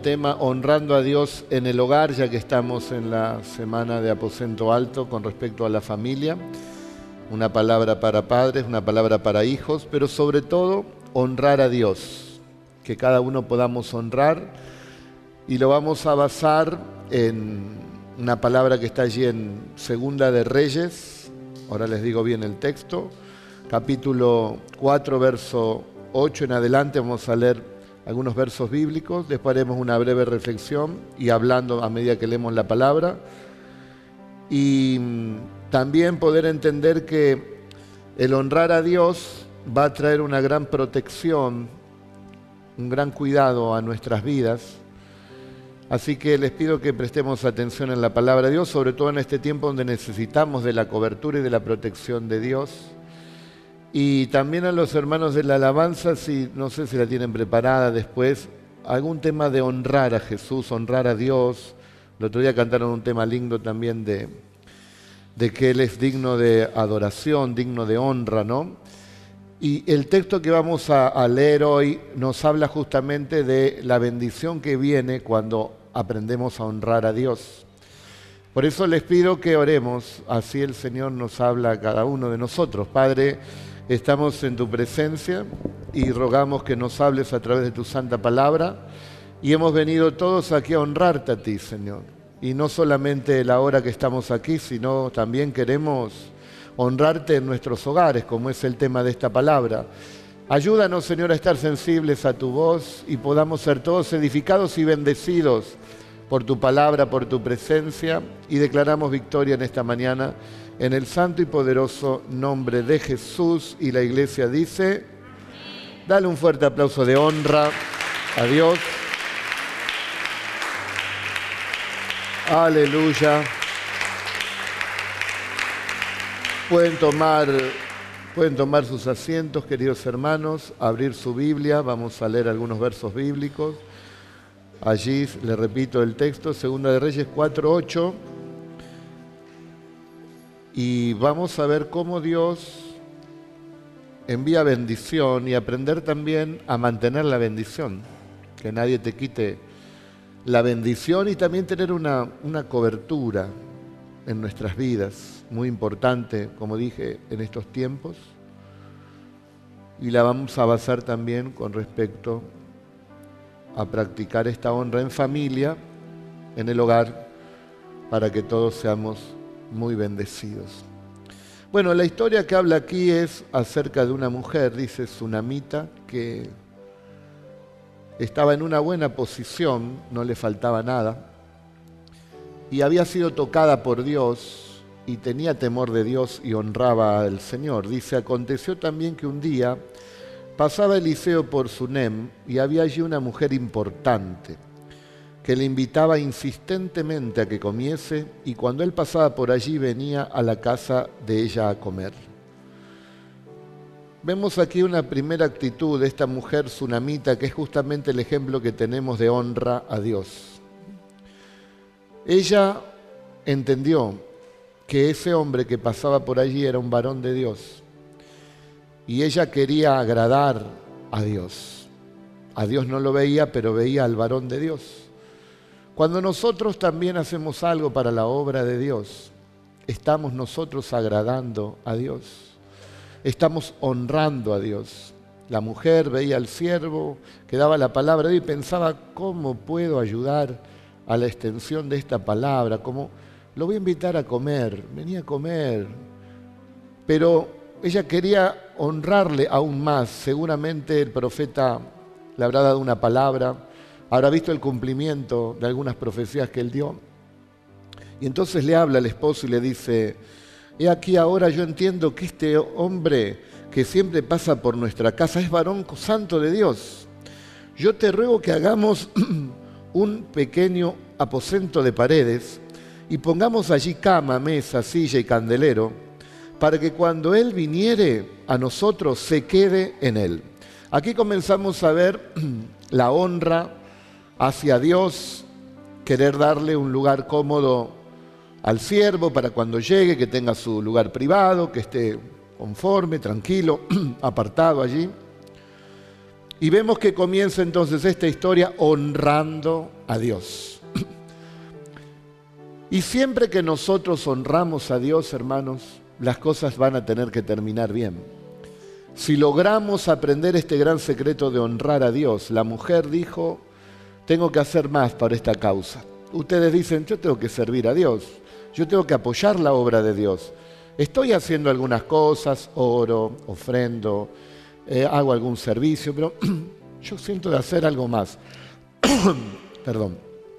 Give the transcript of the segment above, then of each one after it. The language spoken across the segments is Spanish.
tema honrando a Dios en el hogar, ya que estamos en la semana de aposento alto con respecto a la familia. Una palabra para padres, una palabra para hijos, pero sobre todo honrar a Dios, que cada uno podamos honrar, y lo vamos a basar en una palabra que está allí en Segunda de Reyes. Ahora les digo bien el texto, capítulo 4, verso 8 en adelante. Vamos a leer algunos versos bíblicos, después haremos una breve reflexión y hablando a medida que leemos la palabra. Y también poder entender que el honrar a Dios va a traer una gran protección, un gran cuidado a nuestras vidas. Así que les pido que prestemos atención en la palabra de Dios, sobre todo en este tiempo donde necesitamos de la cobertura y de la protección de Dios. Y también a los hermanos de la alabanza, si no sé si la tienen preparada después, algún tema de honrar a Jesús, honrar a Dios. El otro día cantaron un tema lindo también de que Él es digno de adoración, digno de honra, ¿no? Y el texto que vamos a leer hoy nos habla justamente de la bendición que viene cuando aprendemos a honrar a Dios. Por eso les pido que oremos, así el Señor nos habla a cada uno de nosotros. Padre, estamos en tu presencia y rogamos que nos hables a través de tu santa palabra, y hemos venido todos aquí a honrarte a ti, Señor. Y no solamente la hora que estamos aquí, sino también queremos honrarte en nuestros hogares, como es el tema de esta palabra. Ayúdanos, Señor, a estar sensibles a tu voz y podamos ser todos edificados y bendecidos por tu palabra, por tu presencia, y declaramos victoria en esta mañana en el santo y poderoso nombre de Jesús. Y la iglesia dice, dale un fuerte aplauso de honra a Dios. Aleluya. Pueden tomar sus asientos, queridos hermanos, abrir su Biblia. Vamos a leer algunos versos bíblicos. Allí, le repito el texto, Segunda de Reyes 4:8. Y vamos a ver cómo Dios envía bendición y aprender también a mantener la bendición. Que nadie te quite la bendición, y también tener una cobertura en nuestras vidas, muy importante, como dije, en estos tiempos. Y la vamos a basar también con respecto a practicar esta honra en familia, en el hogar, para que todos seamos muy bendecidos. Bueno, la historia que habla aquí es acerca de una mujer, dice Sunamita, que estaba en una buena posición, no le faltaba nada, y había sido tocada por Dios y tenía temor de Dios y honraba al Señor. Dice, aconteció también que un día pasaba Eliseo por Sunem y había allí una mujer importante que le invitaba insistentemente a que comiese, y cuando él pasaba por allí venía a la casa de ella a comer. Vemos aquí una primera actitud de esta mujer sunamita, que es justamente el ejemplo que tenemos de honra a Dios. Ella entendió que ese hombre que pasaba por allí era un varón de Dios, y ella quería agradar a Dios. A Dios no lo veía, pero veía al varón de Dios. Cuando nosotros también hacemos algo para la obra de Dios, estamos nosotros agradando a Dios. Estamos honrando a Dios. La mujer veía al siervo que daba la palabra de Dios y pensaba, ¿cómo puedo ayudar a la extensión de esta palabra? ¿Cómo lo voy a invitar a comer? Venía a comer. Pero ella quería honrarle aún más. Seguramente el profeta le habrá dado una palabra, habrá visto el cumplimiento de algunas profecías que él dio. Y entonces le habla al esposo y le dice, he aquí ahora yo entiendo que este hombre que siempre pasa por nuestra casa es varón santo de Dios. Yo te ruego que hagamos un pequeño aposento de paredes y pongamos allí cama, mesa, silla y candelero, para que cuando él viniere a nosotros se quede en él. Aquí comenzamos a ver la honra hacia Dios, querer darle un lugar cómodo al siervo para cuando llegue, que tenga su lugar privado, que esté conforme, tranquilo, apartado allí. Y vemos que comienza entonces esta historia honrando a Dios. Y siempre que nosotros honramos a Dios, hermanos, las cosas van a tener que terminar bien. Si logramos aprender este gran secreto de honrar a Dios, la mujer dijo, tengo que hacer más para esta causa. Ustedes dicen, yo tengo que servir a Dios, yo tengo que apoyar la obra de Dios. Estoy haciendo algunas cosas, oro, ofrendo, hago algún servicio, pero yo siento de hacer algo más. Perdón.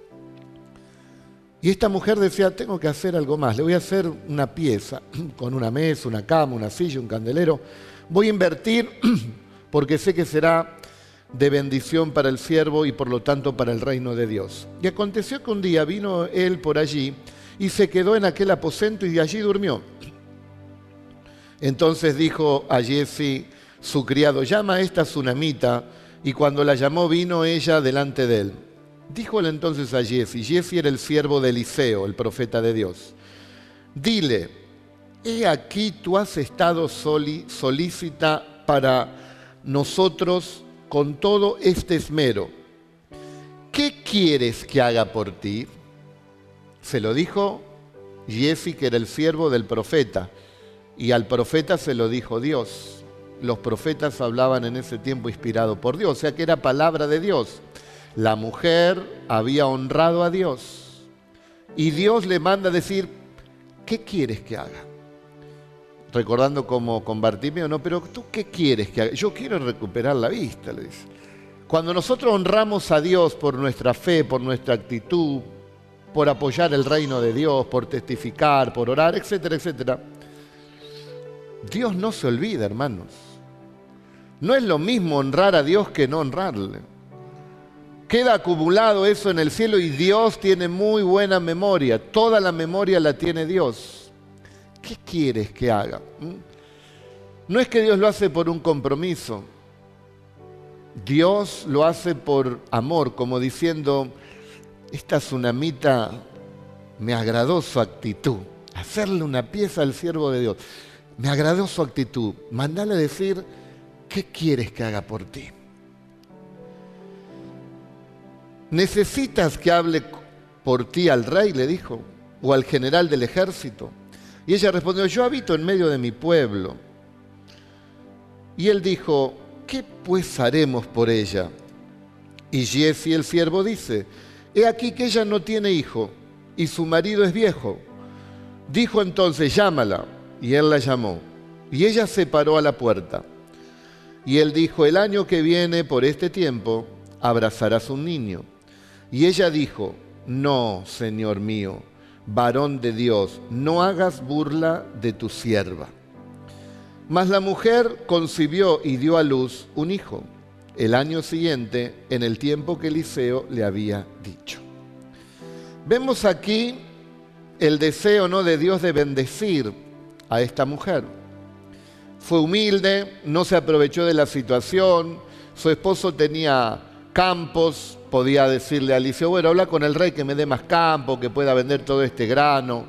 Y esta mujer decía, tengo que hacer algo más, le voy a hacer una pieza, con una mesa, una cama, una silla, un candelero. Voy a invertir porque sé que será de bendición para el siervo y por lo tanto para el reino de Dios. Y aconteció que un día vino él por allí y se quedó en aquel aposento y de allí durmió. Entonces dijo a Giezi, su criado, llama a esta tsunamita, y cuando la llamó vino ella delante de él. Díjole entonces a Giezi era el siervo de Eliseo, el profeta de Dios, dile, he aquí tú has estado solícita para nosotros con todo este esmero. ¿Qué quieres que haga por ti? Se lo dijo Giezi, que era el siervo del profeta, y al profeta se lo dijo Dios. Los profetas hablaban en ese tiempo inspirado por Dios, o sea que era palabra de Dios. La mujer había honrado a Dios y Dios le manda a decir, ¿qué quieres que haga? Recordando como con Bartimeo, no, pero ¿tú qué quieres que haga? Yo quiero recuperar la vista, le dice. Cuando nosotros honramos a Dios por nuestra fe, por nuestra actitud, por apoyar el reino de Dios, por testificar, por orar, etcétera, etcétera, Dios no se olvida, hermanos. No es lo mismo honrar a Dios que no honrarle. Queda acumulado eso en el cielo y Dios tiene muy buena memoria. Toda la memoria la tiene Dios. ¿Qué quieres que haga? No es que Dios lo hace por un compromiso. Dios lo hace por amor, como diciendo, esta tsunamita me agradó su actitud. Hacerle una pieza al siervo de Dios. Me agradó su actitud. Mandale a decir, ¿qué quieres que haga por ti? ¿Necesitas que hable por ti al rey? Le dijo, o al general del ejército. Y ella respondió, yo habito en medio de mi pueblo. Y él dijo, ¿qué pues haremos por ella? Y Giezi el siervo dice, he aquí que ella no tiene hijo, y su marido es viejo. Dijo entonces, llámala. Y él la llamó, y ella se paró a la puerta. Y él dijo, el año que viene, por este tiempo, abrazarás un niño. Y ella dijo, no, Señor mío, varón de Dios, no hagas burla de tu sierva. Mas la mujer concibió y dio a luz un hijo, el año siguiente, en el tiempo que Eliseo le había dicho. Vemos aquí el deseo, ¿no?, de Dios de bendecir a esta mujer. Fue humilde, no se aprovechó de la situación, su esposo tenía campos, podía decirle a Eliseo, bueno, habla con el rey que me dé más campo, que pueda vender todo este grano.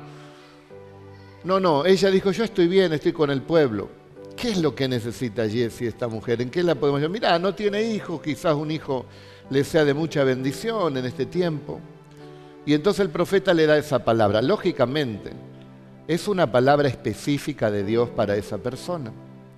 No, ella dijo, yo estoy bien, estoy con el pueblo. ¿Qué es lo que necesita Giezi, esta mujer? ¿En qué la podemos decir? Mirá, no tiene hijos, quizás un hijo le sea de mucha bendición en este tiempo. Y entonces el profeta le da esa palabra. Lógicamente, es una palabra específica de Dios para esa persona.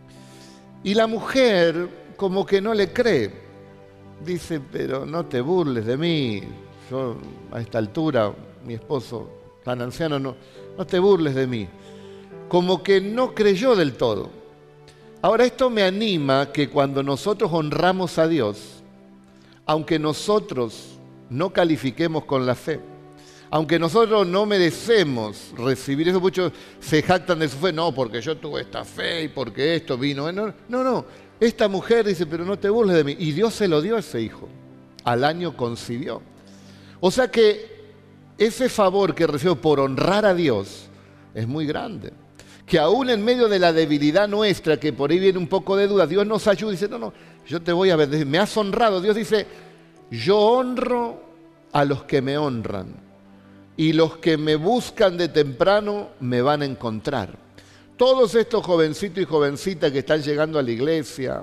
Y la mujer como que no le cree. Dice, pero no te burles de mí. Yo a esta altura, mi esposo tan anciano, no te burles de mí. Como que no creyó del todo. Ahora esto me anima que cuando nosotros honramos a Dios, aunque nosotros no califiquemos con la fe, aunque nosotros no merecemos recibir eso, muchos se jactan de su fe, no, porque yo tuve esta fe y porque esto vino. No, esta mujer dice, pero no te burles de mí. Y Dios se lo dio a ese hijo, al año concibió. O sea que ese favor que recibió por honrar a Dios es muy grande. Que aún en medio de la debilidad nuestra, que por ahí viene un poco de duda, Dios nos ayuda y dice, no, yo te voy a bendecir, me has honrado. Dios dice, yo honro a los que me honran. Y los que me buscan de temprano me van a encontrar. Todos estos jovencitos y jovencitas que están llegando a la iglesia,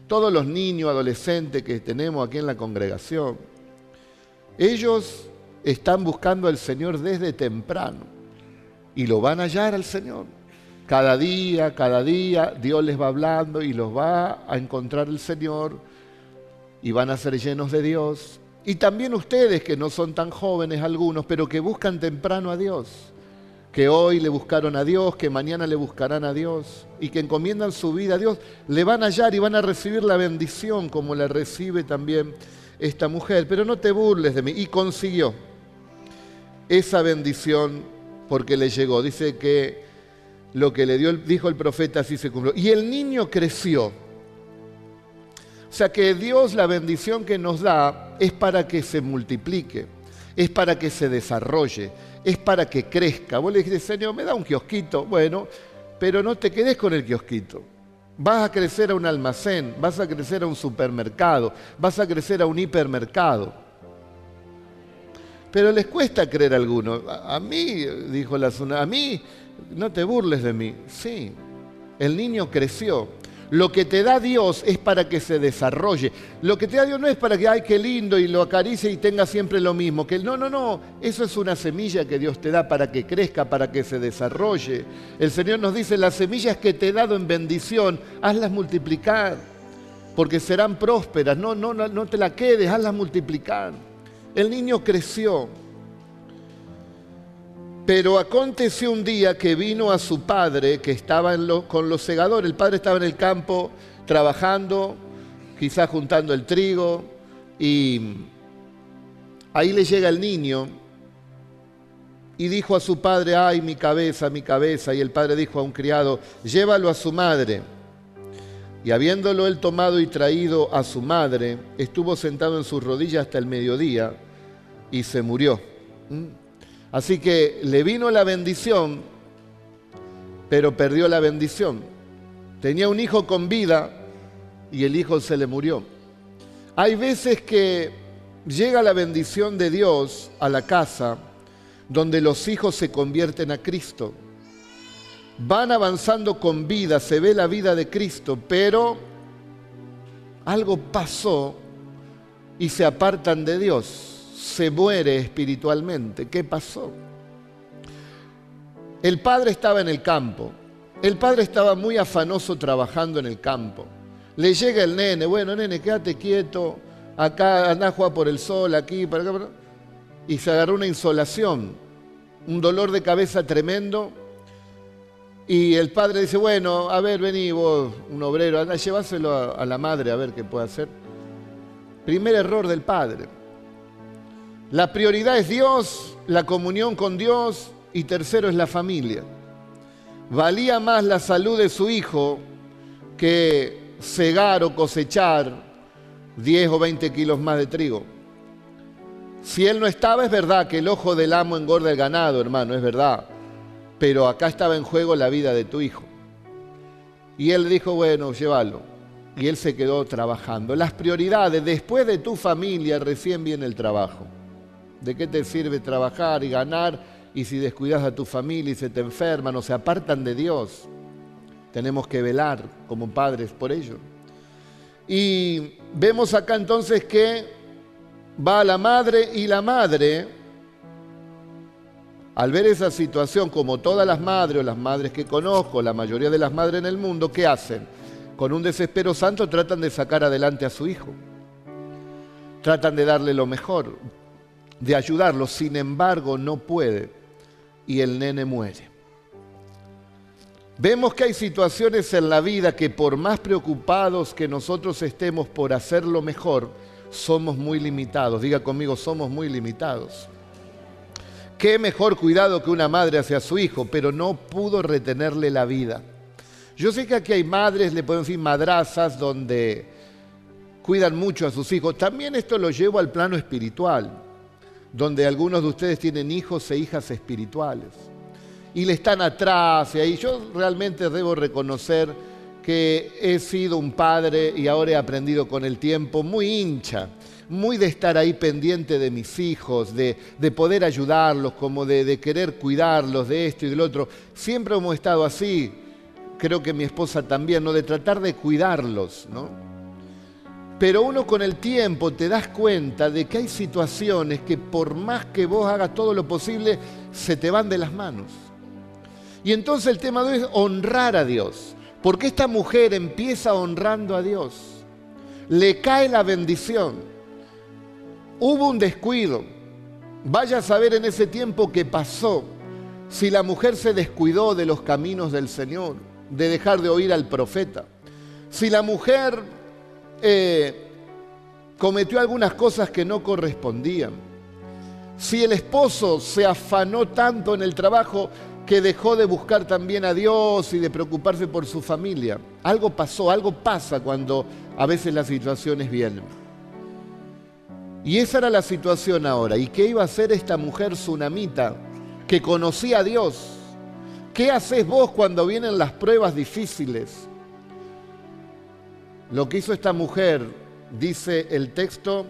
todos los niños, adolescentes que tenemos aquí en la congregación, ellos están buscando al Señor desde temprano y lo van a hallar al Señor. Cada día, Dios les va hablando y los va a encontrar el Señor y van a ser llenos de Dios. Y también ustedes que no son tan jóvenes algunos, pero que buscan temprano a Dios, que hoy le buscaron a Dios, que mañana le buscarán a Dios y que encomiendan su vida a Dios, le van a hallar y van a recibir la bendición como la recibe también esta mujer. Pero no te burles de mí. Y consiguió esa bendición porque le llegó. Dice que lo que le dijo el profeta así se cumplió. Y el niño creció. O sea que Dios, la bendición que nos da es para que se multiplique, es para que se desarrolle, es para que crezca. Vos le dijiste, Señor, me da un kiosquito. Bueno, pero no te quedes con el kiosquito. Vas a crecer a un almacén, vas a crecer a un supermercado, vas a crecer a un hipermercado. Pero les cuesta creer a algunos. A mí, dijo la Zuna, a mí, no te burles de mí. Sí, el niño creció. Lo que te da Dios es para que se desarrolle. Lo que te da Dios no es para que, ay, qué lindo, y lo acaricie y tenga siempre lo mismo. Que no. Eso es una semilla que Dios te da para que crezca, para que se desarrolle. El Señor nos dice, las semillas que te he dado en bendición, hazlas multiplicar, porque serán prósperas. No te la quedes, hazlas multiplicar. El niño creció. Pero aconteció un día que vino a su padre, que estaba con los segadores. El padre estaba en el campo trabajando, quizás juntando el trigo, y ahí le llega el niño y dijo a su padre, ay, mi cabeza, mi cabeza. Y el padre dijo a un criado, llévalo a su madre. Y habiéndolo él tomado y traído a su madre, estuvo sentado en sus rodillas hasta el mediodía y se murió. Así que le vino la bendición, pero perdió la bendición. Tenía un hijo con vida y el hijo se le murió. Hay veces que llega la bendición de Dios a la casa donde los hijos se convierten a Cristo. Van avanzando con vida, se ve la vida de Cristo, pero algo pasó y se apartan de Dios. Se muere espiritualmente. ¿Qué pasó? El padre estaba en el campo. El padre estaba muy afanoso trabajando en el campo. Le llega el nene, bueno, nene, quédate quieto, acá andá a jugar por el sol, aquí, para acá, y se agarró una insolación, un dolor de cabeza tremendo. Y el padre dice, bueno, a ver, vení vos, un obrero, anda, llévaselo a la madre a ver qué puede hacer. Primer error del padre. La prioridad es Dios, la comunión con Dios, y tercero es la familia. Valía más la salud de su hijo que segar o cosechar 10 o 20 kilos más de trigo. Si él no estaba, es verdad que el ojo del amo engorda el ganado, hermano, es verdad. Pero acá estaba en juego la vida de tu hijo. Y él dijo, bueno, llévalo. Y él se quedó trabajando. Las prioridades, después de tu familia, recién viene el trabajo. ¿De qué te sirve trabajar y ganar y si descuidas a tu familia y se te enferman o se apartan de Dios? Tenemos que velar como padres por ello. Y vemos acá entonces que va a la madre y la madre, al ver esa situación, como todas las madres o las madres que conozco, la mayoría de las madres en el mundo, ¿qué hacen? Con un desespero santo tratan de sacar adelante a su hijo. Tratan de darle lo mejor, de ayudarlo, sin embargo no puede y el nene muere. Vemos que hay situaciones en la vida que por más preocupados que nosotros estemos por hacerlo mejor, somos muy limitados. Diga conmigo, somos muy limitados. Qué mejor cuidado que una madre hacia su hijo, pero no pudo retenerle la vida. Yo sé que aquí hay madres, le podemos decir madrazas, donde cuidan mucho a sus hijos. También esto lo llevo al plano espiritual, donde algunos de ustedes tienen hijos e hijas espirituales y le están atrás. Y ahí yo realmente debo reconocer que he sido un padre y ahora he aprendido con el tiempo muy hincha, muy de estar ahí pendiente de mis hijos, de poder ayudarlos, como de querer cuidarlos de esto y del otro. Siempre hemos estado así, creo que mi esposa también, ¿no? De tratar de cuidarlos, ¿no? Pero uno con el tiempo te das cuenta de que hay situaciones que por más que vos hagas todo lo posible, se te van de las manos. Y entonces el tema de hoy es honrar a Dios. Porque esta mujer empieza honrando a Dios. Le cae la bendición. Hubo un descuido. Vaya a saber en ese tiempo qué pasó. Si la mujer se descuidó de los caminos del Señor, de dejar de oír al profeta. Si la mujer cometió algunas cosas que no correspondían. Si el esposo se afanó tanto en el trabajo que dejó de buscar también a Dios y de preocuparse por su familia. Algo pasó, algo pasa cuando a veces las situaciones vienen. Y esa era la situación ahora. ¿Y qué iba a hacer esta mujer tsunamita que conocía a Dios? ¿Qué haces vos cuando vienen las pruebas difíciles? Lo que hizo esta mujer, dice el texto,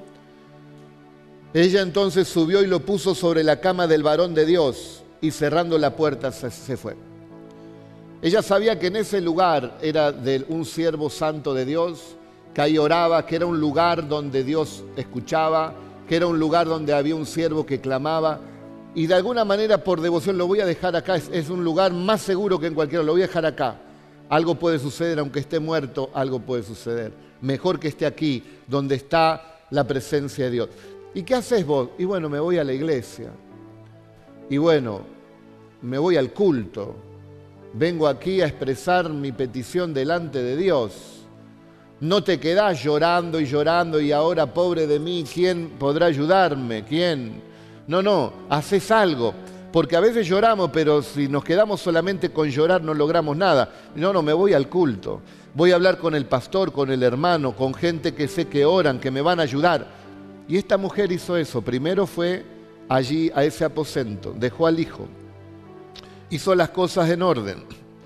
ella entonces subió y lo puso sobre la cama del varón de Dios y cerrando la puerta se fue. Ella sabía que en ese lugar era de un siervo santo de Dios, que ahí oraba, que era un lugar donde Dios escuchaba, que era un lugar donde había un siervo que clamaba, y de alguna manera por devoción lo voy a dejar acá, es un lugar más seguro que en cualquiera, lo voy a dejar acá. Algo puede suceder, aunque esté muerto, algo puede suceder. Mejor que esté aquí, donde está la presencia de Dios. ¿Y qué haces vos? Y bueno, me voy a la iglesia. Y bueno, me voy al culto. Vengo aquí a expresar mi petición delante de Dios. No te quedás llorando y ahora, pobre de mí, ¿quién podrá ayudarme? ¿Quién? No, haces algo. Porque a veces lloramos, pero si nos quedamos solamente con llorar no logramos nada. No, me voy al culto. Voy a hablar con el pastor, con el hermano, con gente que sé que oran, que me van a ayudar. Y esta mujer hizo eso. Primero fue allí a ese aposento, dejó al hijo. Hizo las cosas en orden.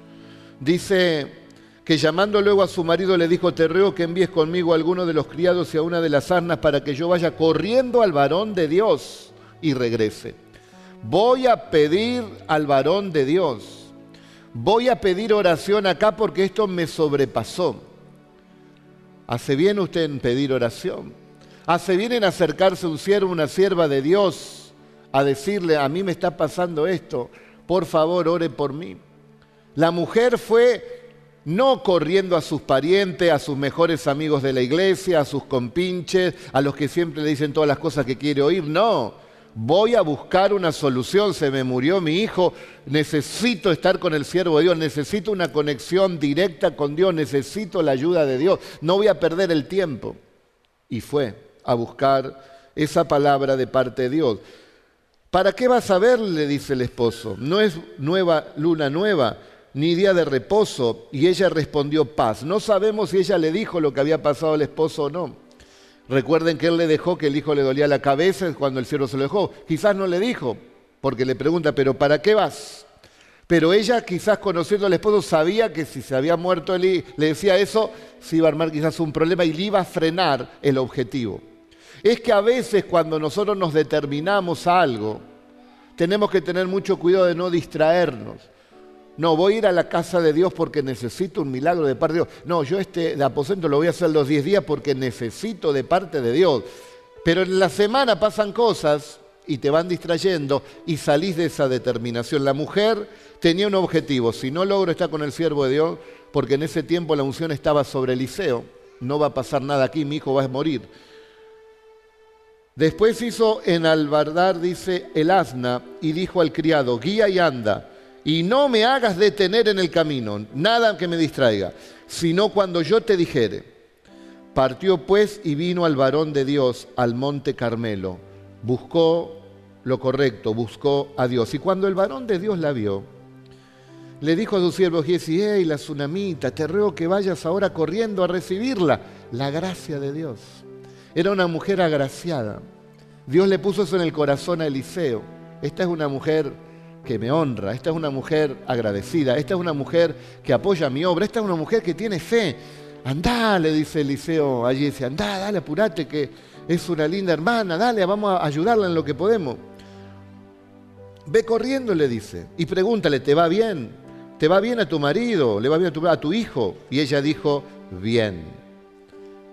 Dice que llamando luego a su marido le dijo, te ruego que envíes conmigo a alguno de los criados y a una de las asnas para que yo vaya corriendo al varón de Dios y regrese. Voy a pedir al varón de Dios. Voy a pedir oración acá porque esto me sobrepasó. ¿Hace bien usted en pedir oración? ¿Hace bien en acercarse un siervo, una sierva de Dios a decirle, a mí me está pasando esto, por favor ore por mí? La mujer fue no corriendo a sus parientes, a sus mejores amigos de la iglesia, a sus compinches, a los que siempre le dicen todas las cosas que quiere oír, no. Voy a buscar una solución, se me murió mi hijo, necesito estar con el siervo de Dios, necesito una conexión directa con Dios, necesito la ayuda de Dios, no voy a perder el tiempo. Y fue a buscar esa palabra de parte de Dios. ¿Para qué vas a ver?, le dice el esposo. No es luna nueva, ni día de reposo. Y ella respondió, paz. No sabemos si ella le dijo lo que había pasado al esposo o no. Recuerden que él le dejó, que el hijo le dolía la cabeza cuando el siervo se lo dejó. Quizás no le dijo, porque le pregunta, ¿pero para qué vas? Pero ella, quizás conociendo al esposo, sabía que si se había muerto él, le decía eso, se iba a armar quizás un problema y le iba a frenar el objetivo. Es que a veces cuando nosotros nos determinamos a algo, tenemos que tener mucho cuidado de no distraernos. No, voy a ir a la casa de Dios porque necesito un milagro de parte de Dios. No, yo de aposento lo voy a hacer los 10 días porque necesito de parte de Dios. Pero en la semana pasan cosas y te van distrayendo y salís de esa determinación. La mujer tenía un objetivo. Si no logro estar con el siervo de Dios, porque en ese tiempo la unción estaba sobre Eliseo, no va a pasar nada aquí, mi hijo va a morir. Después hizo enalbardar, dice, el asna y dijo al criado, guía y anda. Y no me hagas detener en el camino, nada que me distraiga, sino cuando yo te dijere. Partió pues y vino al varón de Dios al monte Carmelo. Buscó lo correcto, buscó a Dios. Y cuando el varón de Dios la vio, le dijo a su siervo Giezi, hey, la tsunamita, te ruego que vayas ahora corriendo a recibirla. La gracia de Dios. Era una mujer agraciada. Dios le puso eso en el corazón a Eliseo. Esta es una mujer que me honra, esta es una mujer agradecida, esta es una mujer que apoya mi obra, esta es una mujer que tiene fe. Andá, le dice Eliseo allí, dice, andá, dale, apurate, que es una linda hermana, dale, vamos a ayudarla en lo que podemos. Ve corriendo, le dice, y pregúntale, ¿te va bien? ¿Te va bien a tu marido? ¿Le va bien a tu hijo? Y ella dijo, bien.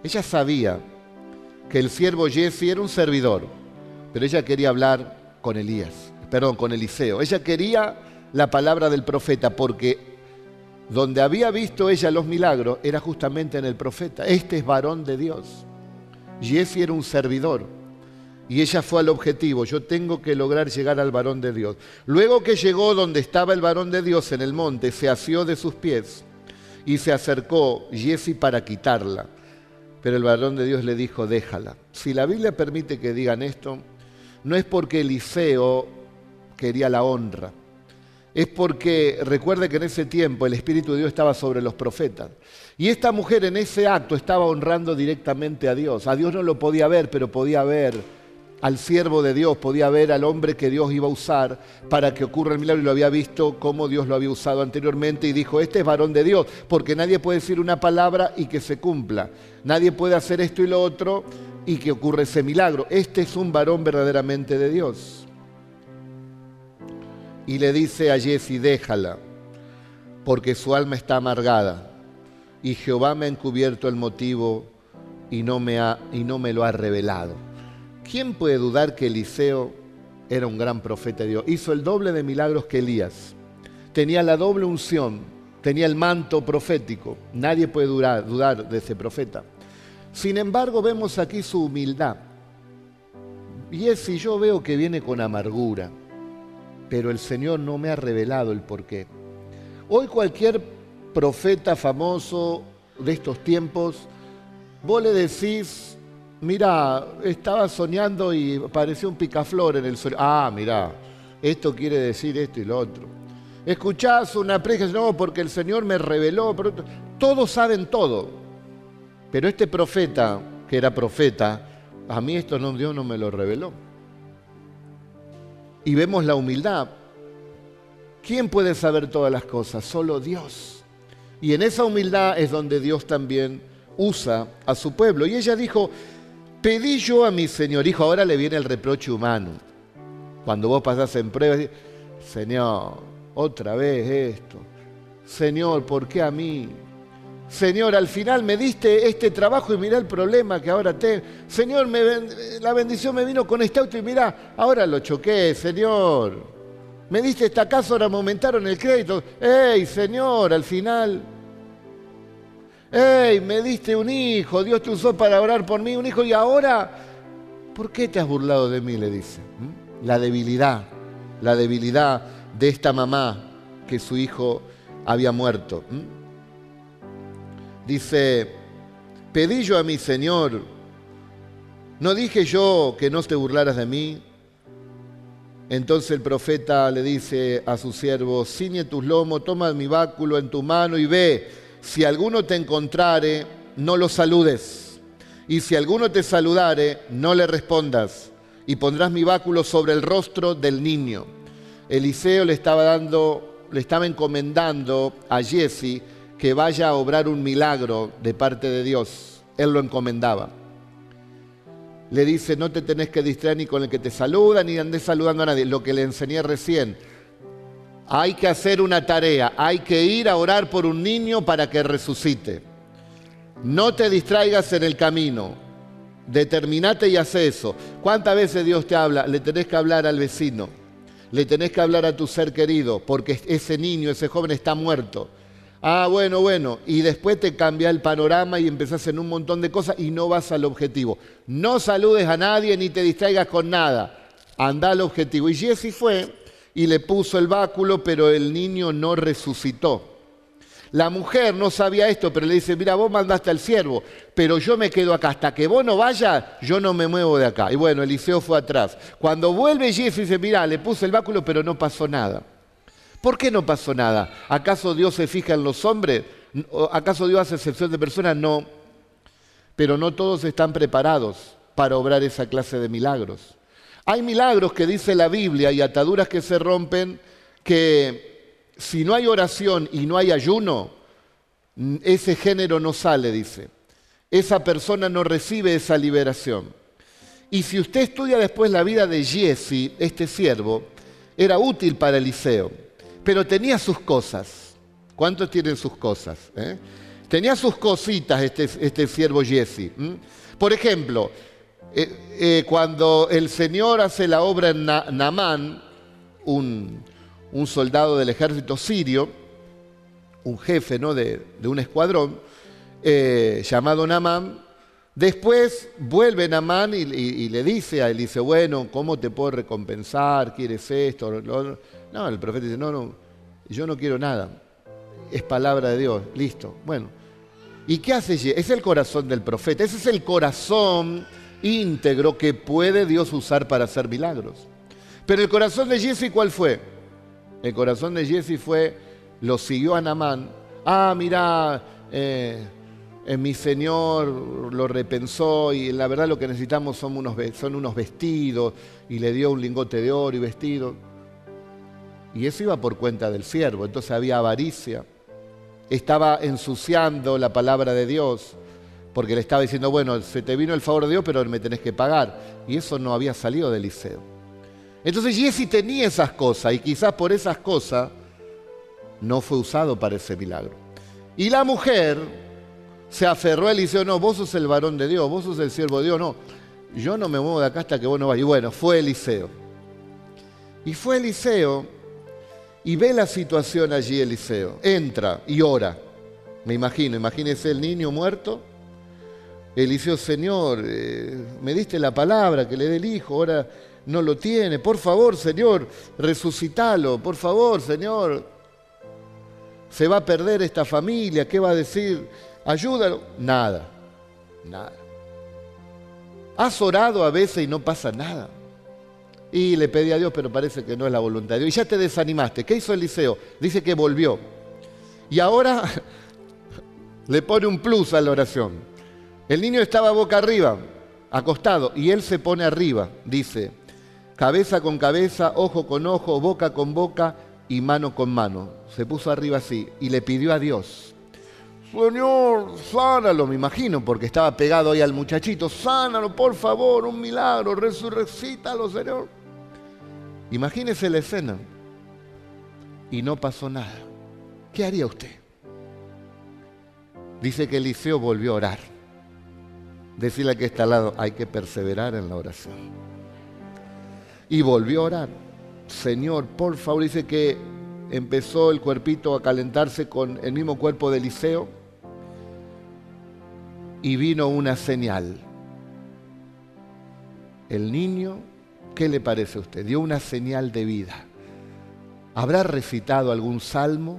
Ella sabía que el siervo Giezi era un servidor, pero ella quería hablar con Eliseo. Ella quería la palabra del profeta, porque donde había visto ella los milagros era justamente en el profeta. Este es varón de Dios. Giezi era un servidor y ella fue al objetivo: yo tengo que lograr llegar al varón de Dios. Luego que llegó donde estaba el varón de Dios en el monte, se asió de sus pies y se acercó Giezi para quitarla. Pero el varón de Dios le dijo: déjala. Si la Biblia permite que digan esto, no es porque Eliseo quería la honra. Es porque recuerde que en ese tiempo el Espíritu de Dios estaba sobre los profetas. Y esta mujer en ese acto estaba honrando directamente a Dios. A Dios no lo podía ver, pero podía ver al siervo de Dios, podía ver al hombre que Dios iba a usar para que ocurra el milagro, y lo había visto cómo Dios lo había usado anteriormente, y dijo: este es varón de Dios, porque nadie puede decir una palabra y que se cumpla. Nadie puede hacer esto y lo otro y que ocurra ese milagro. Este es un varón verdaderamente de Dios. Y le dice a Giezi: déjala, porque su alma está amargada, y Jehová me ha encubierto el motivo y no me lo ha revelado. ¿Quién puede dudar que Eliseo era un gran profeta de Dios? Hizo el doble de milagros que Elías. Tenía la doble unción, tenía el manto profético. Nadie puede dudar de ese profeta. Sin embargo, vemos aquí su humildad. Giezi, yo veo que viene con amargura, pero el Señor no me ha revelado el porqué. Hoy cualquier profeta famoso de estos tiempos, vos le decís: mira, estaba soñando y apareció un picaflor en el sueño. Ah, mira, esto quiere decir esto y lo otro. Escuchás una predicación: no, porque el Señor me reveló. Pero todos saben todo. Pero este profeta, que era profeta, a mí esto no, Dios no me lo reveló. Y vemos la humildad. ¿Quién puede saber todas las cosas? Solo Dios. Y en esa humildad es donde Dios también usa a su pueblo. Y ella dijo: pedí yo a mi Señor. Hijo, ahora le viene el reproche humano. Cuando vos pasás en pruebas, Señor, otra vez esto. Señor, ¿por qué a mí? Señor, al final me diste este trabajo y mirá el problema que ahora tengo. Señor, la bendición me vino con este auto y mirá, ahora lo choqué, Señor. Me diste esta casa, ahora me aumentaron el crédito. ¡Ey, Señor, al final! ¡Ey, me diste un hijo! Dios te usó para orar por mí, un hijo, y ahora, ¿por qué te has burlado de mí?, le dice. La debilidad de esta mamá que su hijo había muerto. Dice: pedí yo a mi Señor, ¿no dije yo que no te burlaras de mí? Entonces el profeta le dice a su siervo: ciñe tus lomos, toma mi báculo en tu mano y ve. Si alguno te encontrare, no lo saludes. Y si alguno te saludare, no le respondas. Y pondrás mi báculo sobre el rostro del niño. Eliseo le estaba encomendando a Giezi que vaya a obrar un milagro de parte de Dios. Él lo encomendaba. Le dice: no te tenés que distraer ni con el que te saluda, ni andes saludando a nadie. Lo que le enseñé recién. Hay que hacer una tarea. Hay que ir a orar por un niño para que resucite. No te distraigas en el camino. Determinate y haz eso. ¿Cuántas veces Dios te habla? Le tenés que hablar al vecino. Le tenés que hablar a tu ser querido, porque ese niño, ese joven está muerto. Ah, bueno, y después te cambia el panorama y empezás en un montón de cosas y no vas al objetivo. No saludes a nadie ni te distraigas con nada. Anda al objetivo. Y Giezi fue y le puso el báculo, pero el niño no resucitó. La mujer no sabía esto, pero le dice: mira, vos mandaste al siervo, pero yo me quedo acá. Hasta que vos no vayas, yo no me muevo de acá. Y bueno, Eliseo fue atrás. Cuando vuelve Giezi dice: mira, le puse el báculo, pero no pasó nada. ¿Por qué no pasó nada? ¿Acaso Dios se fija en los hombres? ¿Acaso Dios hace excepción de personas? No. Pero no todos están preparados para obrar esa clase de milagros. Hay milagros que dice la Biblia y ataduras que se rompen que si no hay oración y no hay ayuno, ese género no sale, dice. Esa persona no recibe esa liberación. Y si usted estudia después la vida de Giezi, este siervo, era útil para Eliseo. Pero tenía sus cosas. ¿Cuántos tienen sus cosas? tenía sus cositas este siervo Giezi. Por ejemplo, cuando el Señor hace la obra en Naamán, un soldado del ejército sirio, un jefe, ¿no?, de un escuadrón, llamado Naamán, después vuelve Naamán y le dice a Eliseo, bueno, ¿cómo te puedo recompensar? ¿Quieres esto? No, el profeta dice, no, yo no quiero nada. Es palabra de Dios, listo. Bueno, ¿y qué hace Giezi? Es el corazón del profeta, ese es el corazón íntegro que puede Dios usar para hacer milagros. Pero el corazón de Giezi, ¿cuál fue? El corazón de Giezi fue, lo siguió a Naamán. Mirá, mi Señor lo repensó y la verdad lo que necesitamos son unos vestidos, y le dio un lingote de oro y vestido. Y eso iba por cuenta del siervo, entonces había avaricia. Estaba ensuciando la palabra de Dios, porque le estaba diciendo, bueno, se te vino el favor de Dios, pero me tenés que pagar. Y eso no había salido de Eliseo. Entonces Giezi tenía esas cosas, y quizás por esas cosas no fue usado para ese milagro. Y la mujer se aferró a Eliseo, no, vos sos el varón de Dios, vos sos el siervo de Dios, no, yo no me muevo de acá hasta que vos no vayas. Y bueno, fue Eliseo. Y fue Eliseo, y ve la situación allí Eliseo. Entra y ora. Imagínese el niño muerto. Eliseo, Señor, me diste la palabra que le dé el hijo, ahora no lo tiene. Por favor, Señor, resucitalo. Por favor, Señor. Se va a perder esta familia. ¿Qué va a decir? Ayúdalo. Nada. ¿Has orado a veces y no pasa nada? Y le pedí a Dios, pero parece que no es la voluntad de Dios. Y ya te desanimaste. ¿Qué hizo Eliseo? Dice que volvió. Y ahora le pone un plus a la oración. El niño estaba boca arriba, acostado, y él se pone arriba. Dice, cabeza con cabeza, ojo con ojo, boca con boca y mano con mano. Se puso arriba así y le pidió a Dios. Señor, sánalo, me imagino, porque estaba pegado ahí al muchachito. Sánalo, por favor, un milagro, resucítalo, Señor. Imagínese la escena. Y no pasó nada. ¿Qué haría usted? Dice que Eliseo volvió a orar. Decirle al que está al lado, hay que perseverar en la oración. Y volvió a orar. Señor, por favor, dice que empezó el cuerpito a calentarse con el mismo cuerpo de Eliseo. Y vino una señal. El niño, ¿qué le parece a usted? Dio una señal de vida. ¿Habrá recitado algún salmo?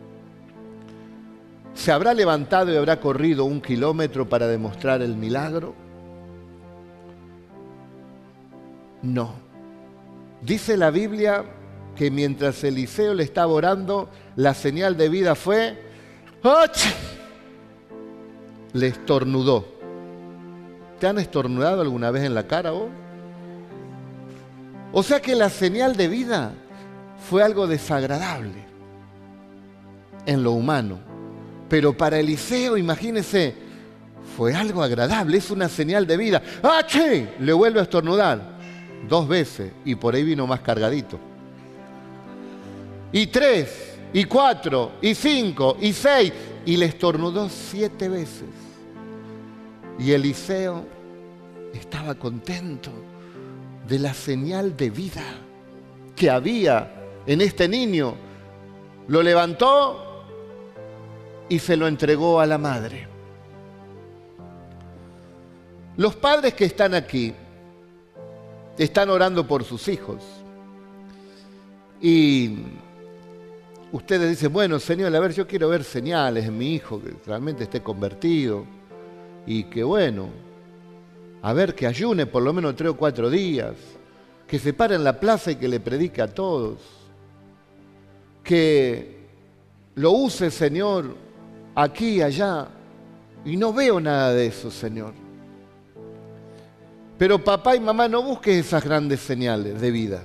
¿Se habrá levantado y habrá corrido 1 kilómetro para demostrar el milagro? No. Dice la Biblia que mientras Eliseo le estaba orando, la señal de vida fue... ¡Ach! Le estornudó. ¿Te han estornudado alguna vez en la cara vos? O sea que la señal de vida fue algo desagradable en lo humano. Pero para Eliseo, imagínese, fue algo agradable, es una señal de vida. ¡Ah, che! Le vuelve a estornudar 2 veces y por ahí vino más cargadito. Y 3, y 4, y 5, y 6, y le estornudó 7 veces. Y Eliseo estaba contento de la señal de vida que había en este niño. Lo levantó y se lo entregó a la madre. Los padres que están aquí están orando por sus hijos. Y ustedes dicen, bueno, Señor, a ver, yo quiero ver señales en mi hijo, que realmente esté convertido. Y que bueno, a ver, que ayune por lo menos 3 o 4 días. Que se pare en la plaza y que le predique a todos. Que lo use, Señor, aquí y allá. Y no veo nada de eso, Señor. Pero papá y mamá, no busques esas grandes señales de vida.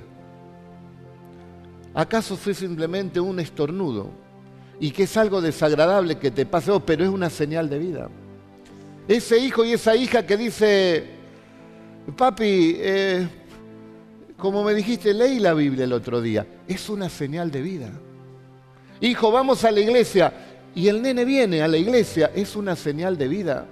¿Acaso fue simplemente un estornudo? Y que es algo desagradable que te pase, pero es una señal de vida. Ese hijo y esa hija que dice, papi, como me dijiste, leí la Biblia el otro día. Es una señal de vida. Hijo, vamos a la iglesia. y el nene viene a la iglesia, es una señal de vida.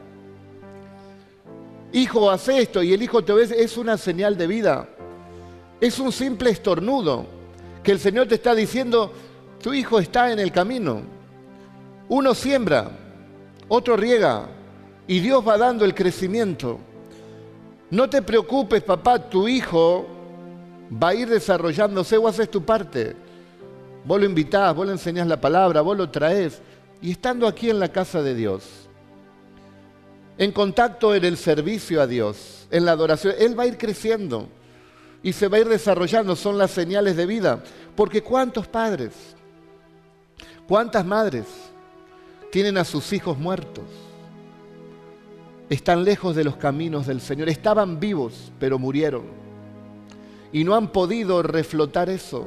Hijo, haz esto, y el hijo te obedece, es una señal de vida. Es un simple estornudo que el Señor te está diciendo, tu hijo está en el camino. Uno siembra, otro riega, y Dios va dando el crecimiento. No te preocupes, papá, tu hijo va a ir desarrollándose, vos haces tu parte. Vos lo invitás, vos le enseñás la palabra, vos lo traés. Y estando aquí en la casa de Dios, en contacto en el servicio a Dios, en la adoración, Él va a ir creciendo y se va a ir desarrollando. Son las señales de vida. Porque ¿cuántos padres, cuántas madres tienen a sus hijos muertos? Están lejos de los caminos del Señor. Estaban vivos, pero murieron. Y no han podido reflotar eso.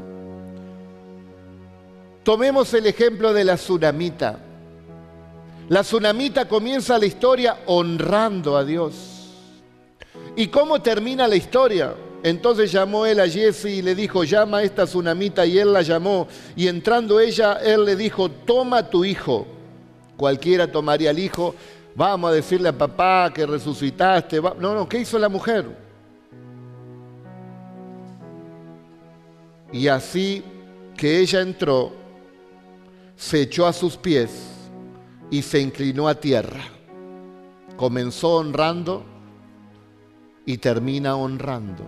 Tomemos el ejemplo de la tsunamita. La tsunamita comienza la historia honrando a Dios. ¿Y cómo termina la historia? Entonces llamó él a Jesse y le dijo, llama a esta tsunamita, y él la llamó. Y entrando ella, él le dijo, toma tu hijo. Cualquiera tomaría al hijo. Vamos a decirle a papá que resucitaste. No, ¿qué hizo la mujer? Y así que ella entró, se echó a sus pies y se inclinó a tierra. Comenzó honrando y termina honrando.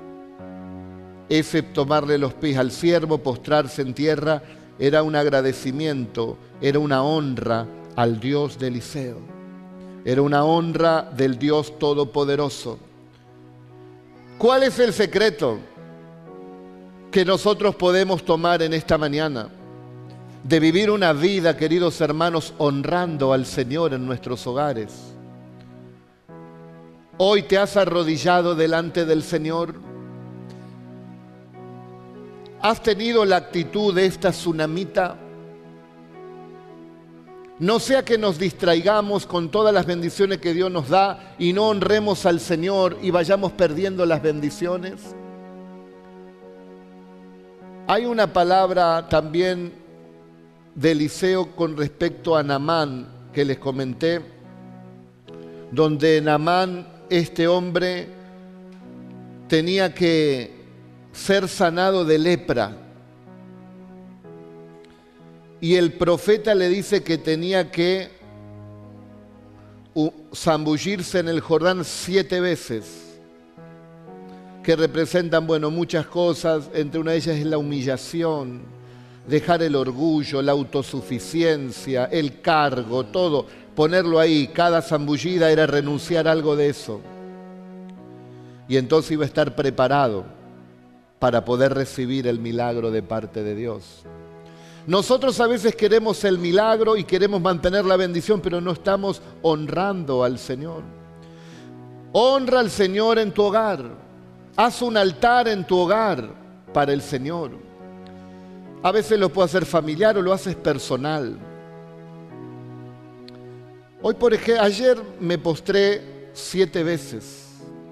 Ese tomarle los pies al siervo, postrarse en tierra, era un agradecimiento, era una honra al Dios de Eliseo. Era una honra del Dios Todopoderoso. ¿Cuál es el secreto que nosotros podemos tomar en esta mañana? De vivir una vida, queridos hermanos, honrando al Señor en nuestros hogares. Hoy te has arrodillado delante del Señor. ¿Has tenido la actitud de esta tsunamita? No sea que nos distraigamos con todas las bendiciones que Dios nos da y no honremos al Señor y vayamos perdiendo las bendiciones. Hay una palabra también de Eliseo con respecto a Naamán que les comenté, donde Naamán, este hombre, tenía que ser sanado de lepra. Y el profeta le dice que tenía que zambullirse en el Jordán 7 veces, que representan, muchas cosas. Entre una de ellas es la humillación, dejar el orgullo, la autosuficiencia, el cargo, todo, ponerlo ahí. Cada zambullida era renunciar a algo de eso. Y entonces iba a estar preparado para poder recibir el milagro de parte de Dios. Nosotros a veces queremos el milagro y queremos mantener la bendición, pero no estamos honrando al Señor. Honra al Señor en tu hogar. Haz un altar en tu hogar para el Señor. A veces lo puedes hacer familiar o lo haces personal. Hoy, por ejemplo, ayer me postré 7 veces.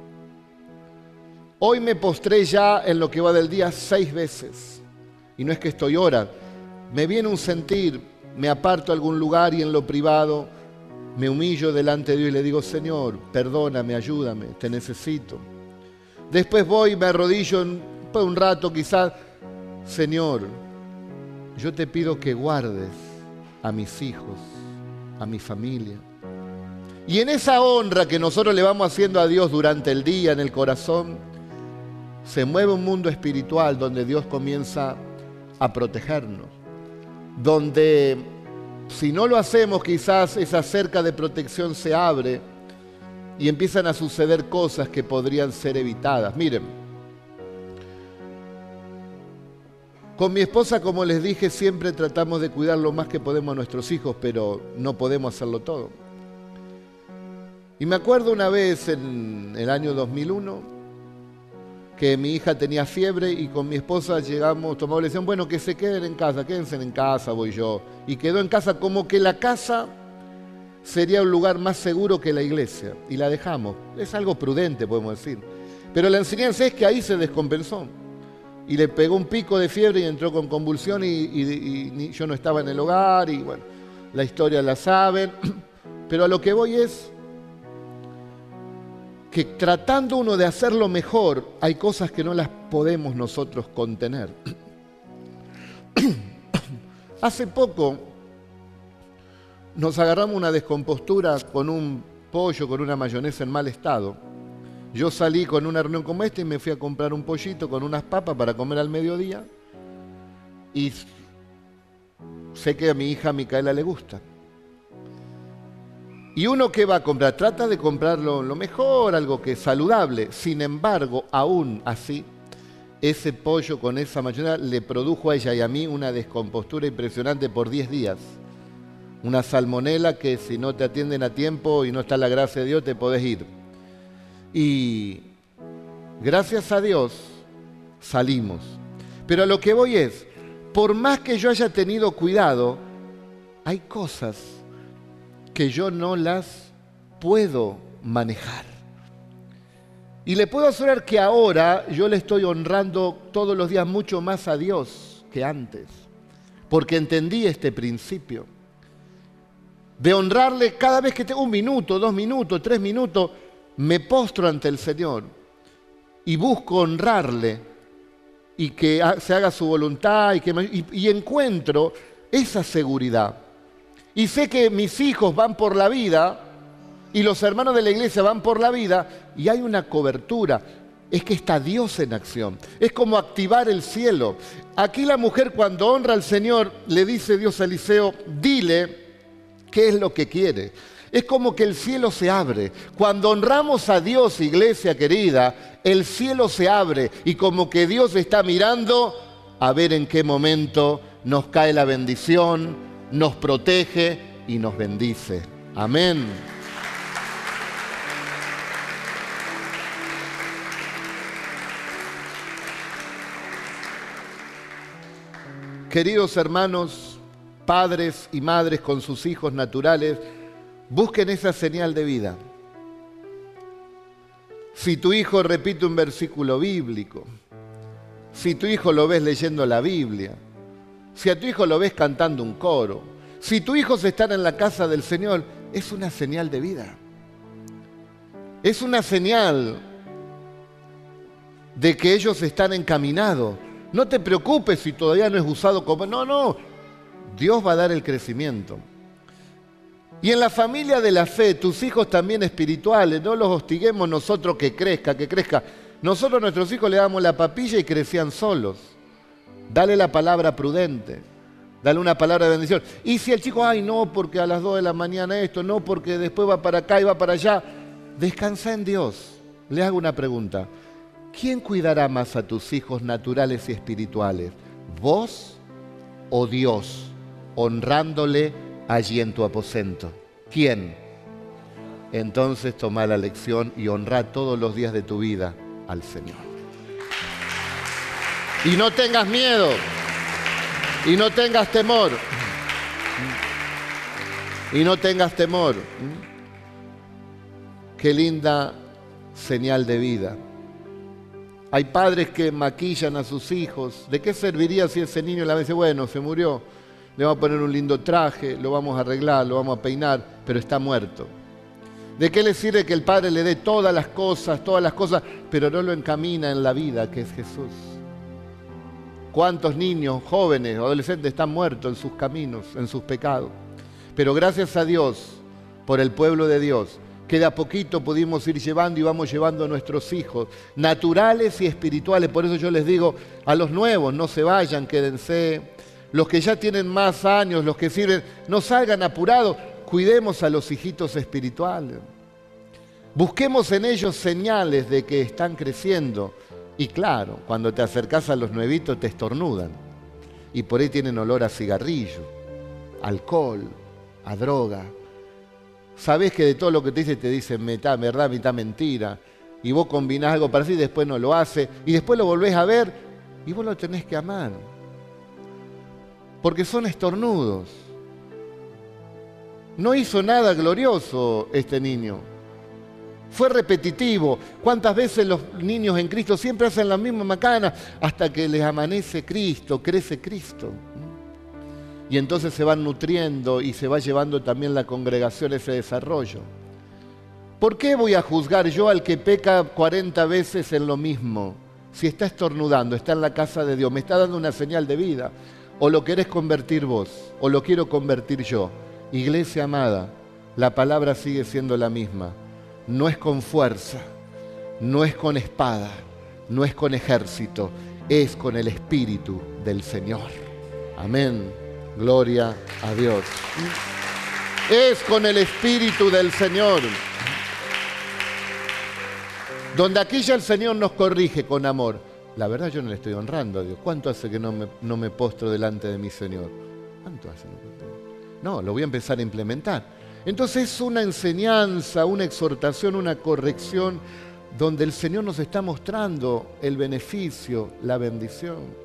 Hoy me postré ya en lo que va del día 6 veces. Y no es que estoy orando. Me viene un sentir, me aparto a algún lugar y en lo privado me humillo delante de Dios y le digo, Señor, perdóname, ayúdame, te necesito. Después voy y me arrodillo un rato quizás, Señor, yo te pido que guardes a mis hijos, a mi familia. Y en esa honra que nosotros le vamos haciendo a Dios durante el día en el corazón, se mueve un mundo espiritual donde Dios comienza a protegernos. Donde si no lo hacemos, quizás esa cerca de protección se abre y empiezan a suceder cosas que podrían ser evitadas. Miren, con mi esposa, como les dije, siempre tratamos de cuidar lo más que podemos a nuestros hijos, pero no podemos hacerlo todo. Y me acuerdo una vez en el año 2001, que mi hija tenía fiebre y con mi esposa llegamos, tomamos la decisión, bueno, que se queden en casa, quédense en casa, voy yo. Y quedó en casa, como que la casa sería un lugar más seguro que la iglesia. Y la dejamos. Es algo prudente, podemos decir. Pero la enseñanza es que ahí se descompensó. Y le pegó un pico de fiebre y entró con convulsión y yo no estaba en el hogar y bueno. la historia la saben, pero a lo que voy es que tratando uno de hacerlo mejor, hay cosas que no las podemos nosotros contener. Hace poco nos agarramos una descompostura con un pollo, con una mayonesa en mal estado. Yo salí con una reunión como esta y me fui a comprar un pollito con unas papas para comer al mediodía. Y sé que a mi hija Micaela le gusta. Y uno que va a comprar, trata de comprar lo mejor, algo que es saludable. Sin embargo, aún así, ese pollo con esa mayonesa le produjo a ella y a mí una descompostura impresionante por 10 días. Una salmonela que si no te atienden a tiempo y no está la gracia de Dios, te podés ir. Y gracias a Dios salimos. Pero a lo que voy es, por más que yo haya tenido cuidado, hay cosas que yo no las puedo manejar. Y le puedo asegurar que ahora yo le estoy honrando todos los días mucho más a Dios que antes, porque entendí este principio de honrarle cada vez que tengo 1 minuto, 2 minutos, 3 minutos, me postro ante el Señor y busco honrarle y que se haga su voluntad y encuentro esa seguridad. Y sé que mis hijos van por la vida y los hermanos de la iglesia van por la vida y hay una cobertura. Es que está Dios en acción. Es como activar el cielo. Aquí la mujer cuando honra al Señor le dice Dios a Eliseo, dile qué es lo que quiere. Es como que el cielo se abre. Cuando honramos a Dios, iglesia querida, el cielo se abre y como que Dios está mirando a ver en qué momento nos cae la bendición, nos protege y nos bendice. Amén. Queridos hermanos, padres y madres con sus hijos naturales, busquen esa señal de vida. Si tu hijo repite un versículo bíblico, si tu hijo lo ves leyendo la Biblia, si a tu hijo lo ves cantando un coro, si tu hijo se está en la casa del Señor, es una señal de vida. Es una señal de que ellos están encaminados. No te preocupes si todavía no es usado como... No, Dios va a dar el crecimiento. Y en la familia de la fe, tus hijos también espirituales, no los hostiguemos nosotros que crezca. Nosotros a nuestros hijos le damos la papilla y crecían solos. Dale la palabra prudente, dale una palabra de bendición. Y si el chico, ay no, porque a las 2 de la mañana esto, no, porque después va para acá y va para allá, descansa en Dios. Les hago una pregunta. ¿Quién cuidará más a tus hijos naturales y espirituales? ¿Vos o Dios? Honrándole allí en tu aposento. ¿Quién? Entonces toma la lección y honra todos los días de tu vida al Señor. Y no tengas miedo. Y no tengas temor. Y no tengas temor. Qué linda señal de vida. Hay padres que maquillan a sus hijos. ¿De qué serviría si ese niño le dice, bueno, se murió, le vamos a poner un lindo traje, lo vamos a arreglar, lo vamos a peinar, pero está muerto? ¿De qué le sirve que el padre le dé todas las cosas, pero no lo encamina en la vida que es Jesús? ¿Cuántos niños, jóvenes, adolescentes están muertos en sus caminos, en sus pecados? Pero gracias a Dios, por el pueblo de Dios, que de a poquito pudimos ir llevando y vamos llevando a nuestros hijos, naturales y espirituales. Por eso yo les digo a los nuevos, no se vayan, quédense. Los que ya tienen más años, los que sirven, no salgan apurados. Cuidemos a los hijitos espirituales. Busquemos en ellos señales de que están creciendo. Y claro, cuando te acercás a los nuevitos te estornudan. Y por ahí tienen olor a cigarrillo, alcohol, a droga. Sabés que de todo lo que te dicen mitad verdad, mitad mentira. Y vos combinás algo para sí, después no lo hace. Y después lo volvés a ver y vos lo tenés que amar. Porque son estornudos. No hizo nada glorioso este niño. Fue repetitivo. ¿Cuántas veces los niños en Cristo siempre hacen la misma macana hasta que les amanece Cristo, crece Cristo? Y entonces se van nutriendo y se va llevando también la congregación ese desarrollo. ¿Por qué voy a juzgar yo al que peca 40 veces en lo mismo? Si está estornudando, está en la casa de Dios, me está dando una señal de vida. O lo querés convertir vos, o lo quiero convertir yo. Iglesia amada, la palabra sigue siendo la misma. No es con fuerza, no es con espada, no es con ejército, es con el Espíritu del Señor. Amén. Gloria a Dios. Es con el Espíritu del Señor. Donde aquí ya el Señor nos corrige con amor. La verdad yo no le estoy honrando a Dios. ¿Cuánto hace que no me postro delante de mi Señor? ¿Cuánto hace? No, lo voy a empezar a implementar. Entonces es una enseñanza, una exhortación, una corrección, donde el Señor nos está mostrando el beneficio, la bendición.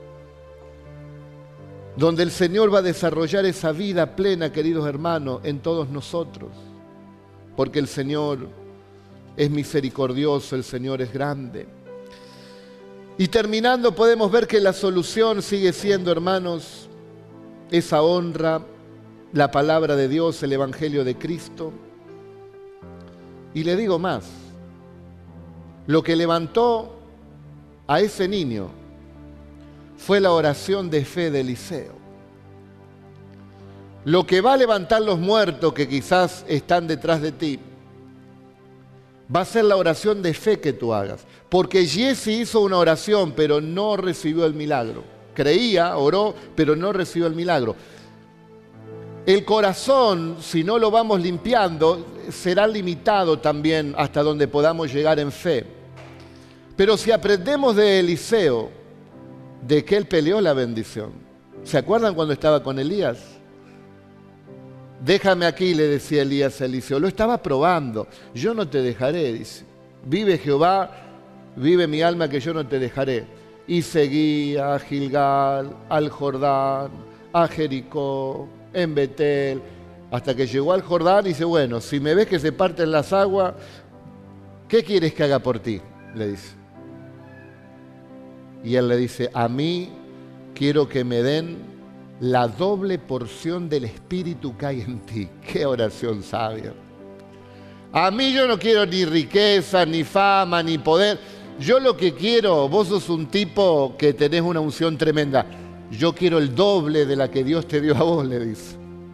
Donde el Señor va a desarrollar esa vida plena, queridos hermanos, en todos nosotros. Porque el Señor es misericordioso, el Señor es grande. Y terminando podemos ver que la solución sigue siendo, hermanos, esa honra, la palabra de Dios, el Evangelio de Cristo. Y le digo más, lo que levantó a ese niño fue la oración de fe de Eliseo. Lo que va a levantar los muertos que quizás están detrás de ti, va a ser la oración de fe que tú hagas. Porque Giesi hizo una oración, pero no recibió el milagro. Creía, oró, pero no recibió el milagro. El corazón, si no lo vamos limpiando, será limitado también hasta donde podamos llegar en fe. Pero si aprendemos de Eliseo, de que él peleó la bendición. ¿Se acuerdan cuando estaba con Elías? Déjame aquí, le decía Elías a Eliseo. Lo estaba probando. Yo no te dejaré, dice. Vive Jehová, vive mi alma, que yo no te dejaré. Y seguía a Gilgal, al Jordán, a Jericó, en Betel, hasta que llegó al Jordán y dice, bueno, si me ves que se parten las aguas, ¿qué quieres que haga por ti? Le dice. Y él le dice, a mí quiero que me den la doble porción del Espíritu que hay en ti. ¡Qué oración sabia! A mí yo no quiero ni riqueza, ni fama, ni poder. Yo lo que quiero, vos sos un tipo que tenés una unción tremenda. Yo quiero el doble de la que Dios te dio a vos, le dice.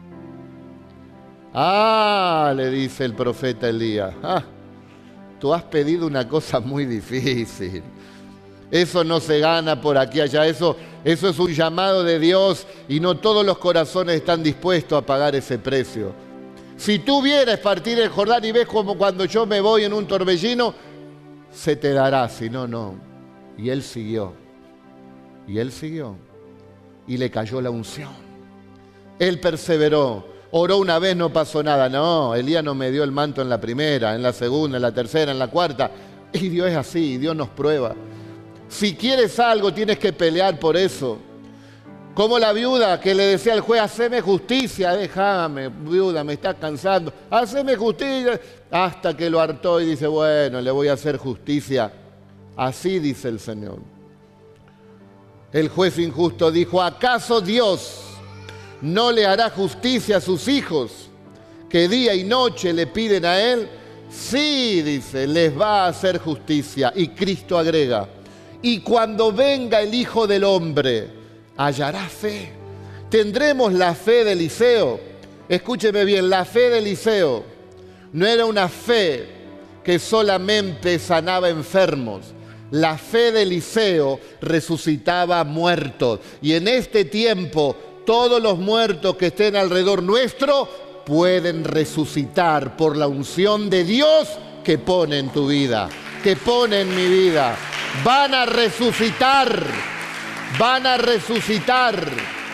Ah, le dice el profeta Elías. Ah, tú has pedido una cosa muy difícil. Eso no se gana por aquí allá, eso es un llamado de Dios y no todos los corazones están dispuestos a pagar ese precio. Si tú vieras partir el Jordán y ves como cuando yo me voy en un torbellino, se te dará, si no, no. Y él siguió, y él siguió, y le cayó la unción. Él perseveró, oró una vez, no pasó nada. No, Elías no me dio el manto en la primera, en la segunda, en la tercera, en la cuarta. Y Dios es así, Dios nos prueba. Si quieres algo, tienes que pelear por eso. Como la viuda que le decía al juez, haceme justicia, déjame, viuda, me estás cansando, haceme justicia. Hasta que lo hartó y dice, bueno, le voy a hacer justicia. Así dice el Señor. El juez injusto dijo, ¿acaso Dios no le hará justicia a sus hijos que día y noche le piden a Él? Sí, dice, les va a hacer justicia. Y Cristo agrega, y cuando venga el Hijo del Hombre, hallará fe. Tendremos la fe de Eliseo. Escúcheme bien, la fe de Eliseo no era una fe que solamente sanaba enfermos. La fe de Eliseo resucitaba muertos. Y en este tiempo, todos los muertos que estén alrededor nuestro pueden resucitar por la unción de Dios que pone en tu vida, que pone en mi vida. Van a resucitar, van a resucitar.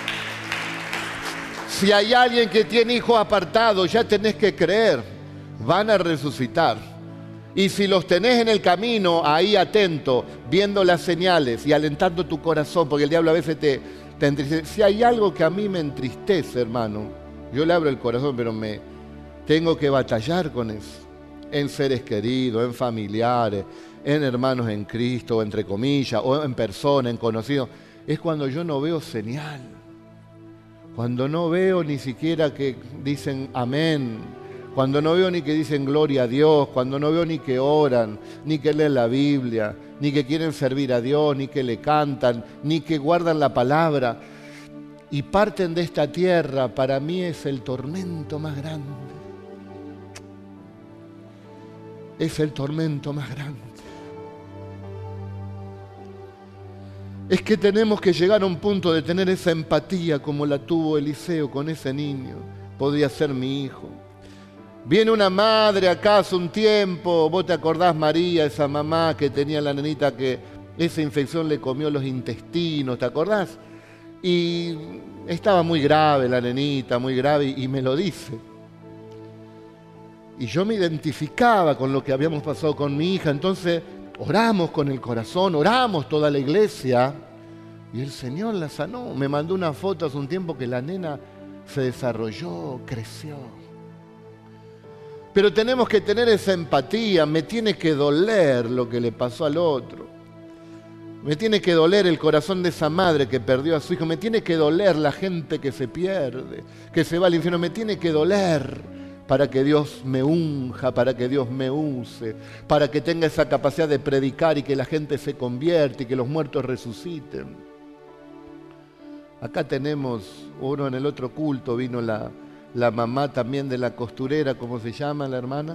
Si hay alguien que tiene hijos apartados, ya tenés que creer, van a resucitar. Y si los tenés en el camino, ahí atento, viendo las señales y alentando tu corazón, porque el diablo a veces te entristece. Si hay algo que a mí me entristece, hermano, yo le abro el corazón, pero me tengo que batallar con eso. En seres queridos, en familiares, en hermanos en Cristo, entre comillas, o en persona, en conocidos, es cuando yo no veo señal. cuando no veo ni siquiera que dicen amén, cuando no veo ni que dicen gloria a Dios, cuando no veo ni que oran, ni que leen la Biblia, ni que quieren servir a Dios, ni que le cantan, ni que guardan la palabra y parten de esta tierra, para mí es el tormento más grande. Es el tormento más grande. Es que tenemos que llegar a un punto de tener esa empatía como la tuvo Eliseo con ese niño. Podría ser mi hijo. Viene una madre acá hace un tiempo, vos te acordás, María, esa mamá que tenía la nenita que esa infección le comió los intestinos, ¿te acordás? Y estaba muy grave la nenita, muy grave, y me lo dice. Y yo me identificaba con lo que habíamos pasado con mi hija, entonces oramos con el corazón, oramos toda la iglesia, y el Señor la sanó. Me mandó una foto hace un tiempo que la nena se desarrolló, creció. Pero tenemos que tener esa empatía, me tiene que doler lo que le pasó al otro. Me tiene que doler el corazón de esa madre que perdió a su hijo, me tiene que doler la gente que se pierde, que se va al infierno, me tiene que doler para que Dios me unja, para que Dios me use, para que tenga esa capacidad de predicar y que la gente se convierta y que los muertos resuciten. Acá tenemos uno en el otro culto, vino la mamá también de la costurera, ¿cómo se llama la hermana?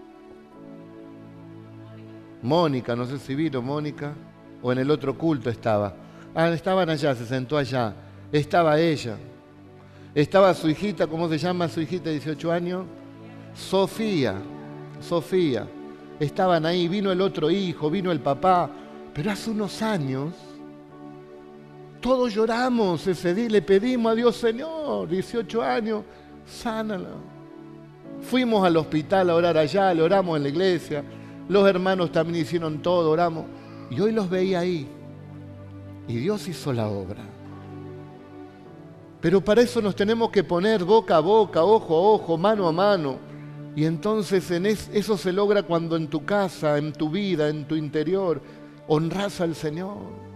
Mónica, no sé si vino Mónica, o en el otro culto estaba. Estaban allá, se sentó allá, estaba ella, estaba su hijita, ¿cómo se llama su hijita de 18 años? Sofía, estaban ahí, vino el otro hijo, vino el papá, pero hace unos años todos lloramos ese día, le pedimos a Dios, Señor, 18 años, sánala. Fuimos al hospital a orar allá, le oramos en la iglesia, los hermanos también hicieron todo, oramos, y hoy los veía ahí, y Dios hizo la obra. Pero para eso nos tenemos que poner boca a boca, ojo a ojo, mano a mano, y entonces eso se logra cuando en tu casa, en tu vida, en tu interior, honras al Señor.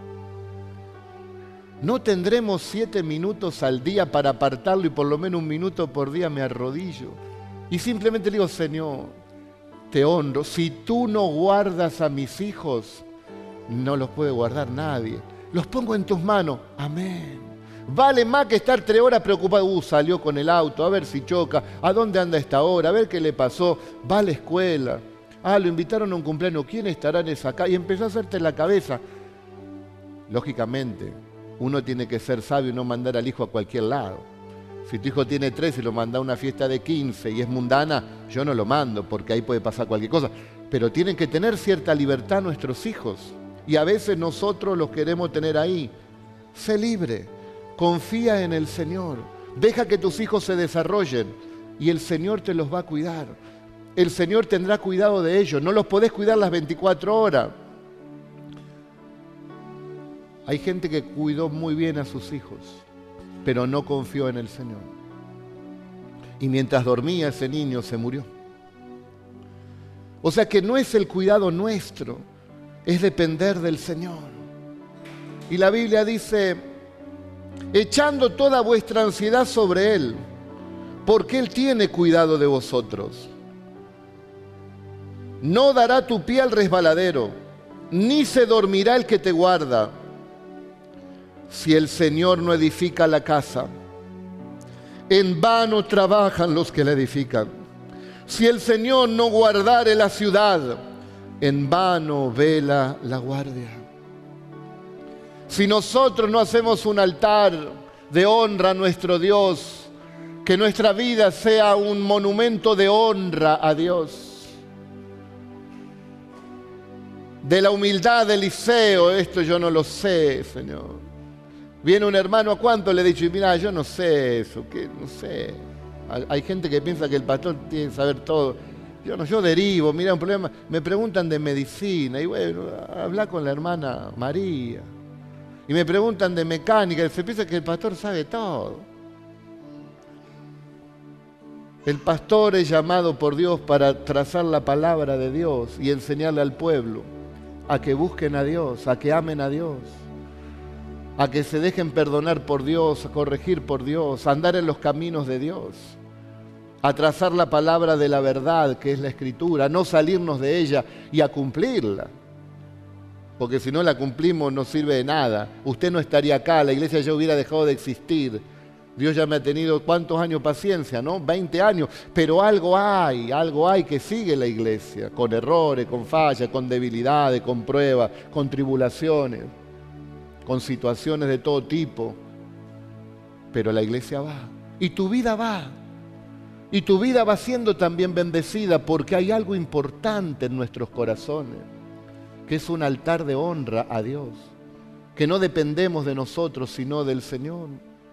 No tendremos 7 minutos al día para apartarlo y por lo menos 1 minuto por día me arrodillo. Y simplemente le digo, Señor, te honro. Si tú no guardas a mis hijos, no los puede guardar nadie. Los pongo en tus manos. Amén. Vale más que estar 3 horas preocupado. Salió con el auto, a ver si choca. ¿A dónde anda a esta hora? A ver qué le pasó. Va a la escuela. Lo invitaron a un cumpleaños. ¿Quién estará en esa calle? Y empezó a hacerte la cabeza. Lógicamente, uno tiene que ser sabio y no mandar al hijo a cualquier lado. Si tu hijo tiene 13 y lo manda a una fiesta de 15 y es mundana, yo no lo mando porque ahí puede pasar cualquier cosa. Pero tienen que tener cierta libertad nuestros hijos. Y a veces nosotros los queremos tener ahí. Sé libre, confía en el Señor. Deja que tus hijos se desarrollen y el Señor te los va a cuidar. El Señor tendrá cuidado de ellos. No los podés cuidar las 24 horas. Hay gente que cuidó muy bien a sus hijos, pero no confió en el Señor. Y mientras dormía ese niño se murió. O sea que no es el cuidado nuestro, es depender del Señor. Y la Biblia dice, echando toda vuestra ansiedad sobre Él, porque Él tiene cuidado de vosotros. No dará tu pie al resbaladero, ni se dormirá el que te guarda. Si el Señor no edifica la casa, en vano trabajan los que la edifican. Si el Señor no guardare la ciudad, en vano vela la guardia. Si nosotros no hacemos un altar de honra a nuestro Dios, que nuestra vida sea un monumento de honra a Dios. De la humildad de Eliseo, esto yo no lo sé, Señor. Viene un hermano, ¿a cuánto le he dicho? Y mira, yo no sé eso, que no sé. Hay gente que piensa que el pastor tiene que saber todo. Yo derivo, mira, un problema. Me preguntan de medicina, y bueno, habla con la hermana María. Y me preguntan de mecánica, se piensa que el pastor sabe todo. El pastor es llamado por Dios para trazar la palabra de Dios y enseñarle al pueblo a que busquen a Dios, a que amen a Dios. a que se dejen perdonar por Dios, a corregir por Dios, a andar en los caminos de Dios, a trazar la palabra de la verdad, que es la Escritura, a no salirnos de ella y a cumplirla. Porque si no la cumplimos no sirve de nada. Usted no estaría acá, la iglesia ya hubiera dejado de existir. Dios ya me ha tenido ¿cuántos años paciencia? ¿No? 20 años. Pero algo hay que sigue la iglesia, con errores, con fallas, con debilidades, con pruebas, con tribulaciones, con situaciones de todo tipo. Pero la iglesia va. Y tu vida va. Y tu vida va siendo también bendecida porque hay algo importante en nuestros corazones, que es un altar de honra a Dios, que no dependemos de nosotros, sino del Señor.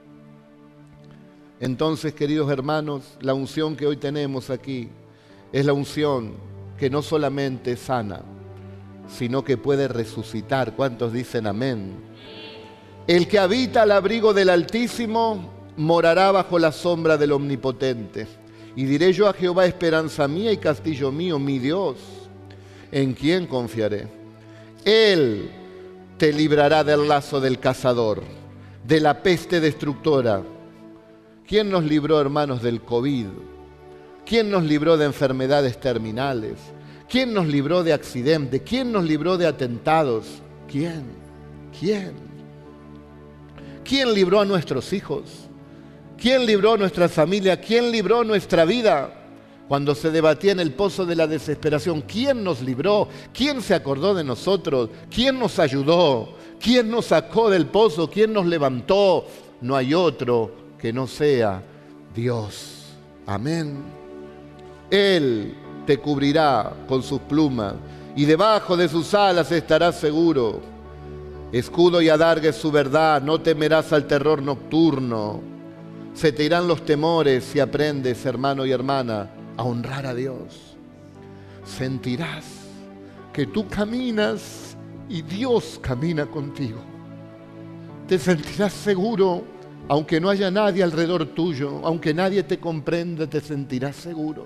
Entonces, queridos hermanos, la unción que hoy tenemos aquí es la unción que no solamente sana, sino que puede resucitar. ¿Cuántos dicen amén? El que habita al abrigo del Altísimo morará bajo la sombra del Omnipotente. Y diré yo a Jehová, esperanza mía y castillo mío, mi Dios, ¿en quién confiaré? Él te librará del lazo del cazador, de la peste destructora. ¿Quién nos libró, hermanos, del COVID? ¿Quién nos libró de enfermedades terminales? ¿Quién nos libró de accidentes? ¿Quién nos libró de atentados? ¿Quién? ¿Quién? ¿Quién libró a nuestros hijos? ¿Quién libró a nuestra familia? ¿Quién libró nuestra vida? Cuando se debatía en el pozo de la desesperación, ¿quién nos libró? ¿Quién se acordó de nosotros? ¿Quién nos ayudó? ¿Quién nos sacó del pozo? ¿Quién nos levantó? No hay otro que no sea Dios. Amén. Él te cubrirá con sus plumas y debajo de sus alas estarás seguro. Escudo y adarga es su verdad, no temerás al terror nocturno. Se te irán los temores si aprendes, hermano y hermana, a honrar a Dios. Sentirás que tú caminas y Dios camina contigo. Te sentirás seguro, aunque no haya nadie alrededor tuyo, aunque nadie te comprenda, te sentirás seguro.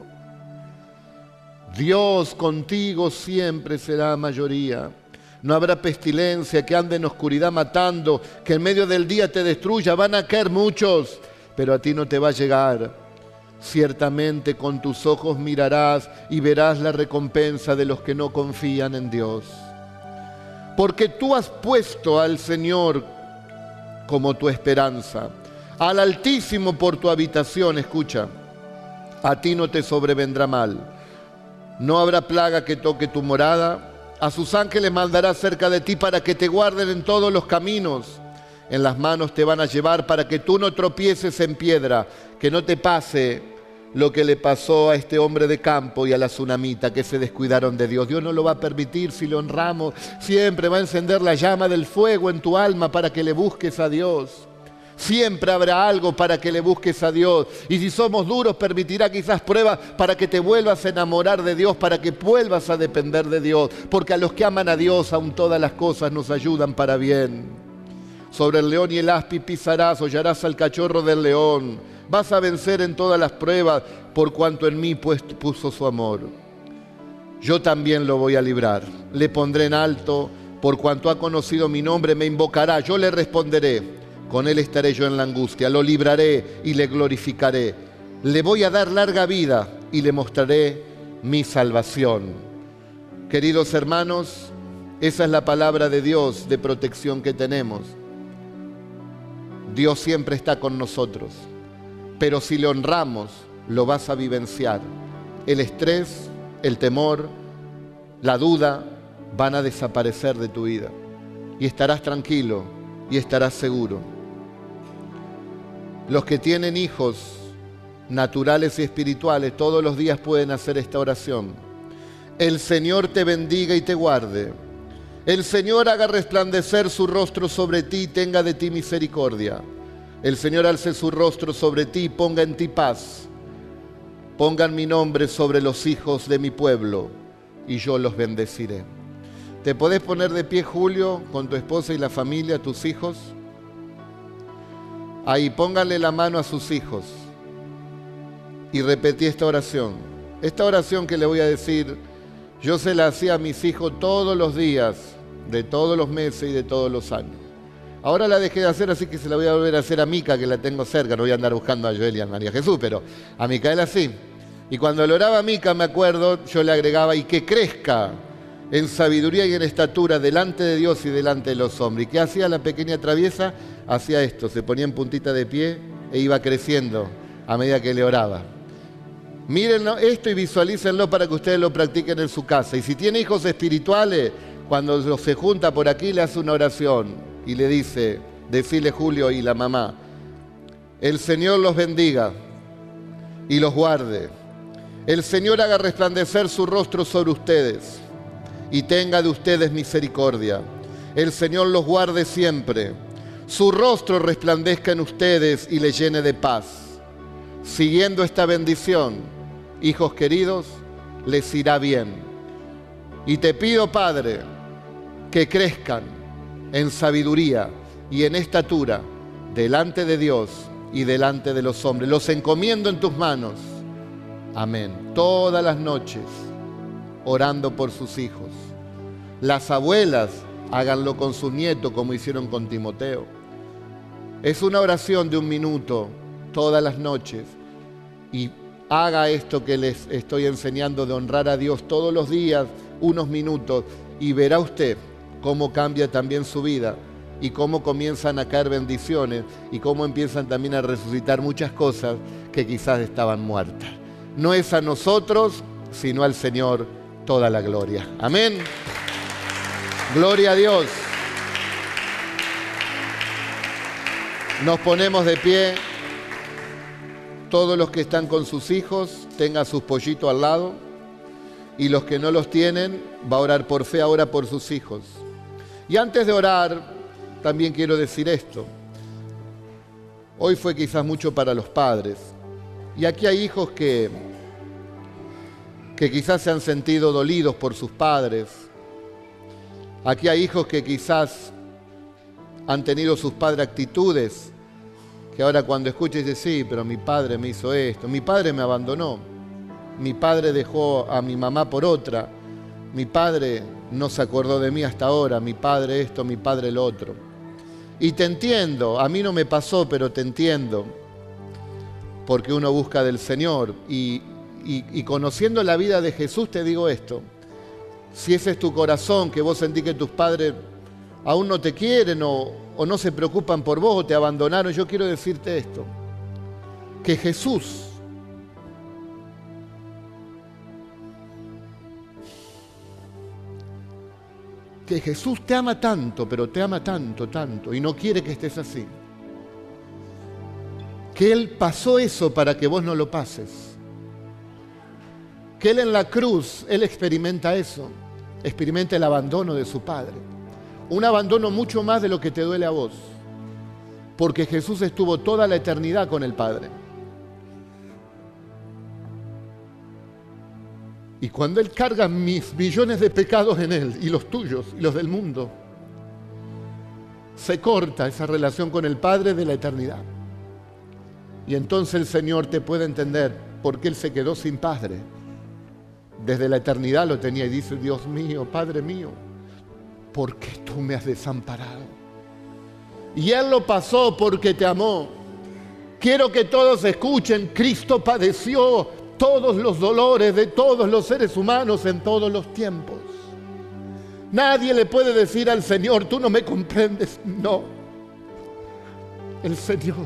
Dios contigo siempre será mayoría. No habrá pestilencia que ande en oscuridad matando, que en medio del día te destruya. Van a caer muchos, pero a ti no te va a llegar. Ciertamente con tus ojos mirarás y verás la recompensa de los que no confían en Dios. Porque tú has puesto al Señor como tu esperanza, al Altísimo por tu habitación. Escucha, a ti no te sobrevendrá mal. No habrá plaga que toque tu morada. A sus ángeles mandará cerca de ti para que te guarden en todos los caminos. En las manos te van a llevar para que tú no tropieces en piedra, que no te pase lo que le pasó a este hombre de campo y a la tsunamita, que se descuidaron de Dios. Dios no lo va a permitir si lo honramos. Siempre va a encender la llama del fuego en tu alma para que le busques a Dios. Siempre habrá algo para que le busques a Dios. Y si somos duros, permitirá quizás pruebas para que te vuelvas a enamorar de Dios, para que vuelvas a depender de Dios. Porque a los que aman a Dios, aún todas las cosas nos ayudan para bien. Sobre el león y el áspid pisarás, hollarás al cachorro del león. Vas a vencer en todas las pruebas, por cuanto en mí puso su amor. Yo también lo voy a librar. Le pondré en alto, por cuanto ha conocido mi nombre, me invocará. Yo le responderé. Con él estaré yo en la angustia. Lo libraré y le glorificaré. Le voy a dar larga vida y le mostraré mi salvación. Queridos hermanos, esa es la palabra de Dios de protección que tenemos. Dios siempre está con nosotros, pero si le honramos, lo vas a vivenciar. El estrés, el temor, la duda van a desaparecer de tu vida y estarás tranquilo y estarás seguro. Los que tienen hijos naturales y espirituales todos los días pueden hacer esta oración. El Señor te bendiga y te guarde. El Señor haga resplandecer su rostro sobre ti y tenga de ti misericordia. El Señor alce su rostro sobre ti y ponga en ti paz. Pongan mi nombre sobre los hijos de mi pueblo y yo los bendeciré. ¿Te podés poner de pie, Julio, con tu esposa y la familia, tus hijos? Ahí, pónganle la mano a sus hijos y repetí esta oración. Esta oración que le voy a decir, yo se la hacía a mis hijos todos los días, de todos los meses y de todos los años. Ahora la dejé de hacer, así que se la voy a volver a hacer a Mica, que la tengo cerca. No voy a andar buscando a Joel y a María Jesús, pero a Micaela sí. Y cuando le oraba a Mica, me acuerdo, yo le agregaba, y que crezca en sabiduría y en estatura delante de Dios y delante de los hombres. ¿Y qué hacía la pequeña traviesa? Hacía esto, se ponía en puntita de pie e iba creciendo a medida que le oraba. Mírenlo esto y visualícenlo para que ustedes lo practiquen en su casa. Y si tiene hijos espirituales, cuando se junta por aquí, le hace una oración y le dice, decile Julio y la mamá, el Señor los bendiga y los guarde. El Señor haga resplandecer su rostro sobre ustedes y tenga de ustedes misericordia. El Señor los guarde siempre. Su rostro resplandezca en ustedes y les llene de paz. Siguiendo esta bendición, hijos queridos, les irá bien. Y te pido, Padre, que crezcan en sabiduría y en estatura delante de Dios y delante de los hombres. Los encomiendo en tus manos. Amén. Todas las noches orando por sus hijos. Las abuelas háganlo con sus nietos como hicieron con Timoteo. Es una oración de 1 minuto todas las noches y haga esto que les estoy enseñando de honrar a Dios todos los días, unos minutos, y verá usted cómo cambia también su vida y cómo comienzan a caer bendiciones y cómo empiezan también a resucitar muchas cosas que quizás estaban muertas. No es a nosotros, sino al Señor toda la gloria. Amén. Gloria a Dios. Nos ponemos de pie. Todos los que están con sus hijos, tengan sus pollitos al lado. Y los que no los tienen, va a orar por fe ahora por sus hijos. Y antes de orar, también quiero decir esto. Hoy fue quizás mucho para los padres. Y aquí hay hijos que quizás se han sentido dolidos por sus padres. Aquí hay hijos que quizás han tenido sus padres actitudes que ahora cuando escuches dice, sí, pero mi padre me hizo esto, mi padre me abandonó, mi padre dejó a mi mamá por otra, mi padre no se acordó de mí hasta ahora, mi padre esto, mi padre lo otro. Y te entiendo, a mí no me pasó, pero te entiendo, porque uno busca del Señor. Y conociendo la vida de Jesús te digo esto, si ese es tu corazón, que vos sentís que tus padres aún no te quieren o no se preocupan por vos o te abandonaron, yo quiero decirte esto, que Jesús te ama tanto, pero te ama tanto, tanto, y no quiere que estés así. Que Él pasó eso para que vos no lo pases. Que Él en la cruz, Él experimenta eso, experimenta el abandono de su Padre. Un abandono mucho más de lo que te duele a vos, porque Jesús estuvo toda la eternidad con el Padre. Y cuando Él carga mis millones de pecados en Él, y los tuyos, y los del mundo, se corta esa relación con el Padre de la eternidad. Y entonces el Señor te puede entender por qué Él se quedó sin Padre. Desde la eternidad lo tenía y dice, Dios mío, Padre mío, ¿por qué tú me has desamparado? Y Él lo pasó porque te amó. Quiero que todos escuchen, Cristo padeció todos los dolores de todos los seres humanos en todos los tiempos. Nadie le puede decir al Señor, tú no me comprendes. No. El Señor,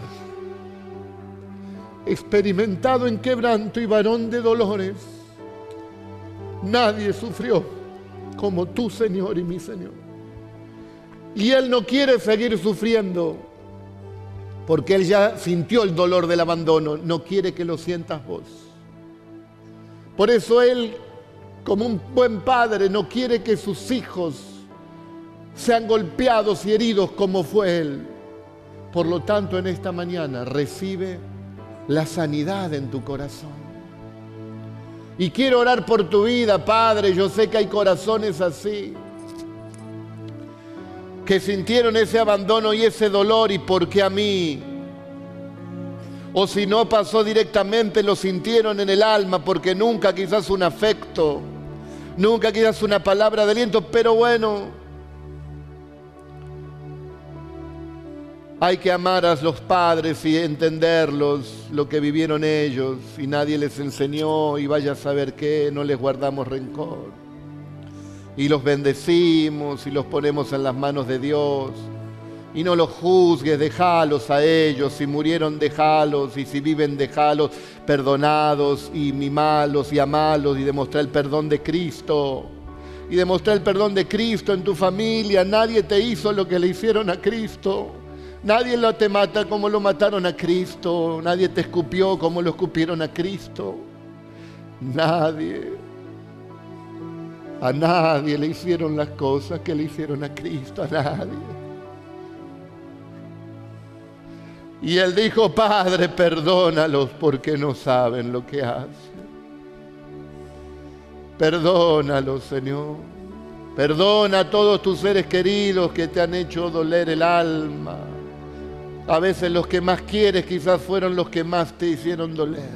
experimentado en quebranto y varón de dolores, nadie sufrió como tú, Señor, y mi Señor. Y Él no quiere seguir sufriendo porque Él ya sintió el dolor del abandono. No quiere que lo sientas vos. Por eso Él, como un buen padre, no quiere que sus hijos sean golpeados y heridos como fue Él. Por lo tanto, en esta mañana recibe la sanidad en tu corazón. Y quiero orar por tu vida, Padre. Yo sé que hay corazones así, que sintieron ese abandono y ese dolor, y por qué a mí. O si no pasó directamente, lo sintieron en el alma, porque nunca quizás un afecto, nunca quizás una palabra de aliento, pero bueno, Hay que amar a los padres y entenderlos, lo que vivieron ellos, y nadie les enseñó, y vaya a saber qué, no les guardamos rencor. Y los bendecimos y los ponemos en las manos de Dios. Y no los juzgues, dejalos a ellos, si murieron dejalos, y si viven dejalos, perdonados y mimalos y amalos, y demostrar el perdón de Cristo. Y demostrar el perdón de Cristo en tu familia. Nadie te hizo lo que le hicieron a Cristo. Nadie te mata como lo mataron a Cristo. Nadie te escupió como lo escupieron a Cristo. Nadie. A nadie le hicieron las cosas que le hicieron a Cristo. A nadie. Y Él dijo: Padre, perdónalos porque no saben lo que hacen. Perdónalos, Señor. Perdona a todos tus seres queridos que te han hecho doler el alma. A veces los que más quieres quizás fueron los que más te hicieron doler.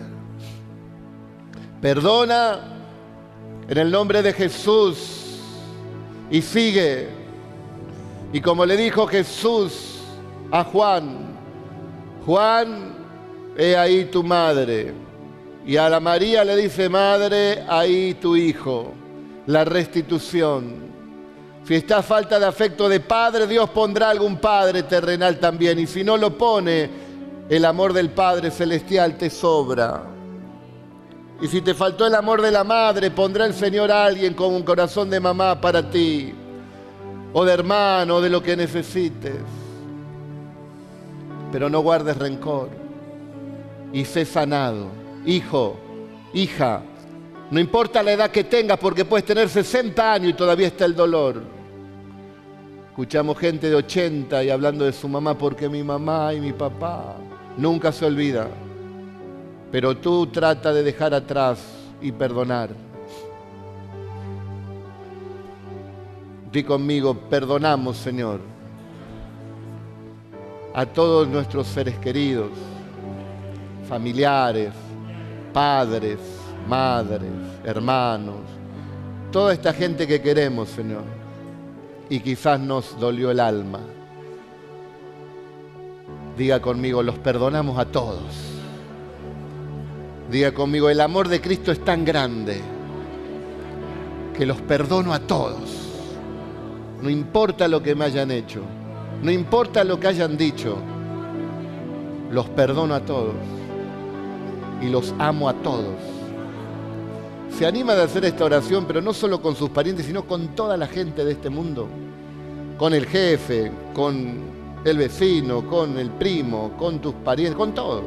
Perdona en el nombre de Jesús y sigue. Y como le dijo Jesús a Juan: Juan, he ahí tu madre. Y a la María le dice: Madre, ahí tu hijo. La restitución. Si está a falta de afecto de padre, Dios pondrá algún padre terrenal también. Y si no lo pone, el amor del Padre Celestial te sobra. Y si te faltó el amor de la madre, pondrá el Señor a alguien con un corazón de mamá para ti. O de hermano, o de lo que necesites. Pero no guardes rencor. Y sé sanado. Hijo, hija. No importa la edad que tengas, porque puedes tener 60 años y todavía está el dolor. Escuchamos gente de 80 y hablando de su mamá, porque mi mamá y mi papá. Nunca se olvida. Pero tú trata de dejar atrás y perdonar. Di conmigo: perdonamos, Señor, a todos nuestros seres queridos, familiares, padres, madres, hermanos, toda esta gente que queremos, Señor, y quizás nos dolió el alma. Diga conmigo: los perdonamos a todos. Diga conmigo: el amor de Cristo es tan grande que los perdono a todos. No importa lo que me hayan hecho, no importa lo que hayan dicho, los perdono a todos y los amo a todos. Se anima de hacer esta oración, pero no solo con sus parientes, sino con toda la gente de este mundo. Con el jefe, con el vecino, con el primo, con tus parientes, con todos.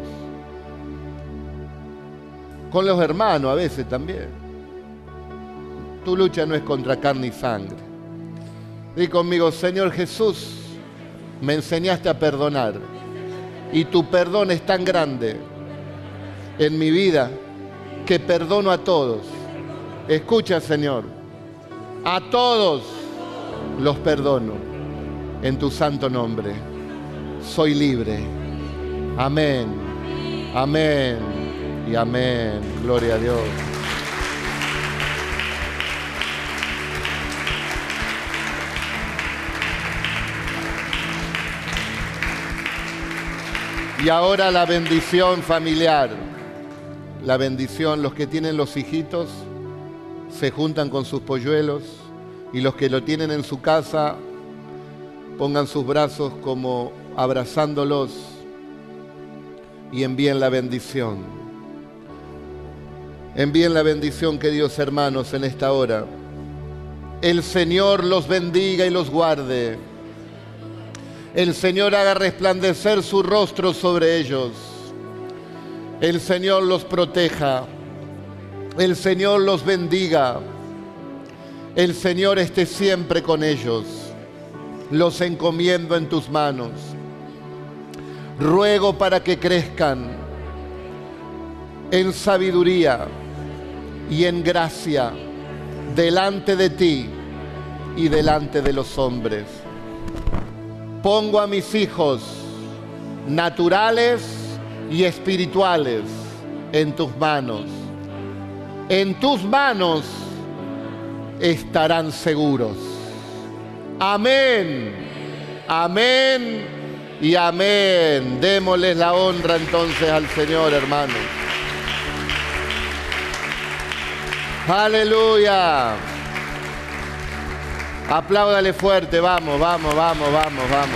Con los hermanos a veces también. Tu lucha no es contra carne y sangre. Di conmigo: Señor Jesús, me enseñaste a perdonar. Y tu perdón es tan grande en mi vida que perdono a todos. Escucha, Señor, a todos los perdono en tu santo nombre. Soy libre. Amén, amén y amén. Gloria a Dios. Y ahora la bendición familiar. La bendición, los que tienen los hijitos se juntan con sus polluelos, y los que lo tienen en su casa pongan sus brazos como abrazándolos y envíen la bendición. Envíen la bendición, queridos hermanos, en esta hora. El Señor los bendiga y los guarde. El Señor haga resplandecer su rostro sobre ellos. El Señor los proteja. El Señor los bendiga. El Señor esté siempre con ellos. Los encomiendo en tus manos. Ruego para que crezcan en sabiduría y en gracia delante de ti y delante de los hombres. Pongo a mis hijos naturales y espirituales en tus manos. En tus manos estarán seguros. Amén, amén y amén. Démosles la honra entonces al Señor, hermanos. Aleluya. Apláudale fuerte, vamos, vamos, vamos, vamos, vamos.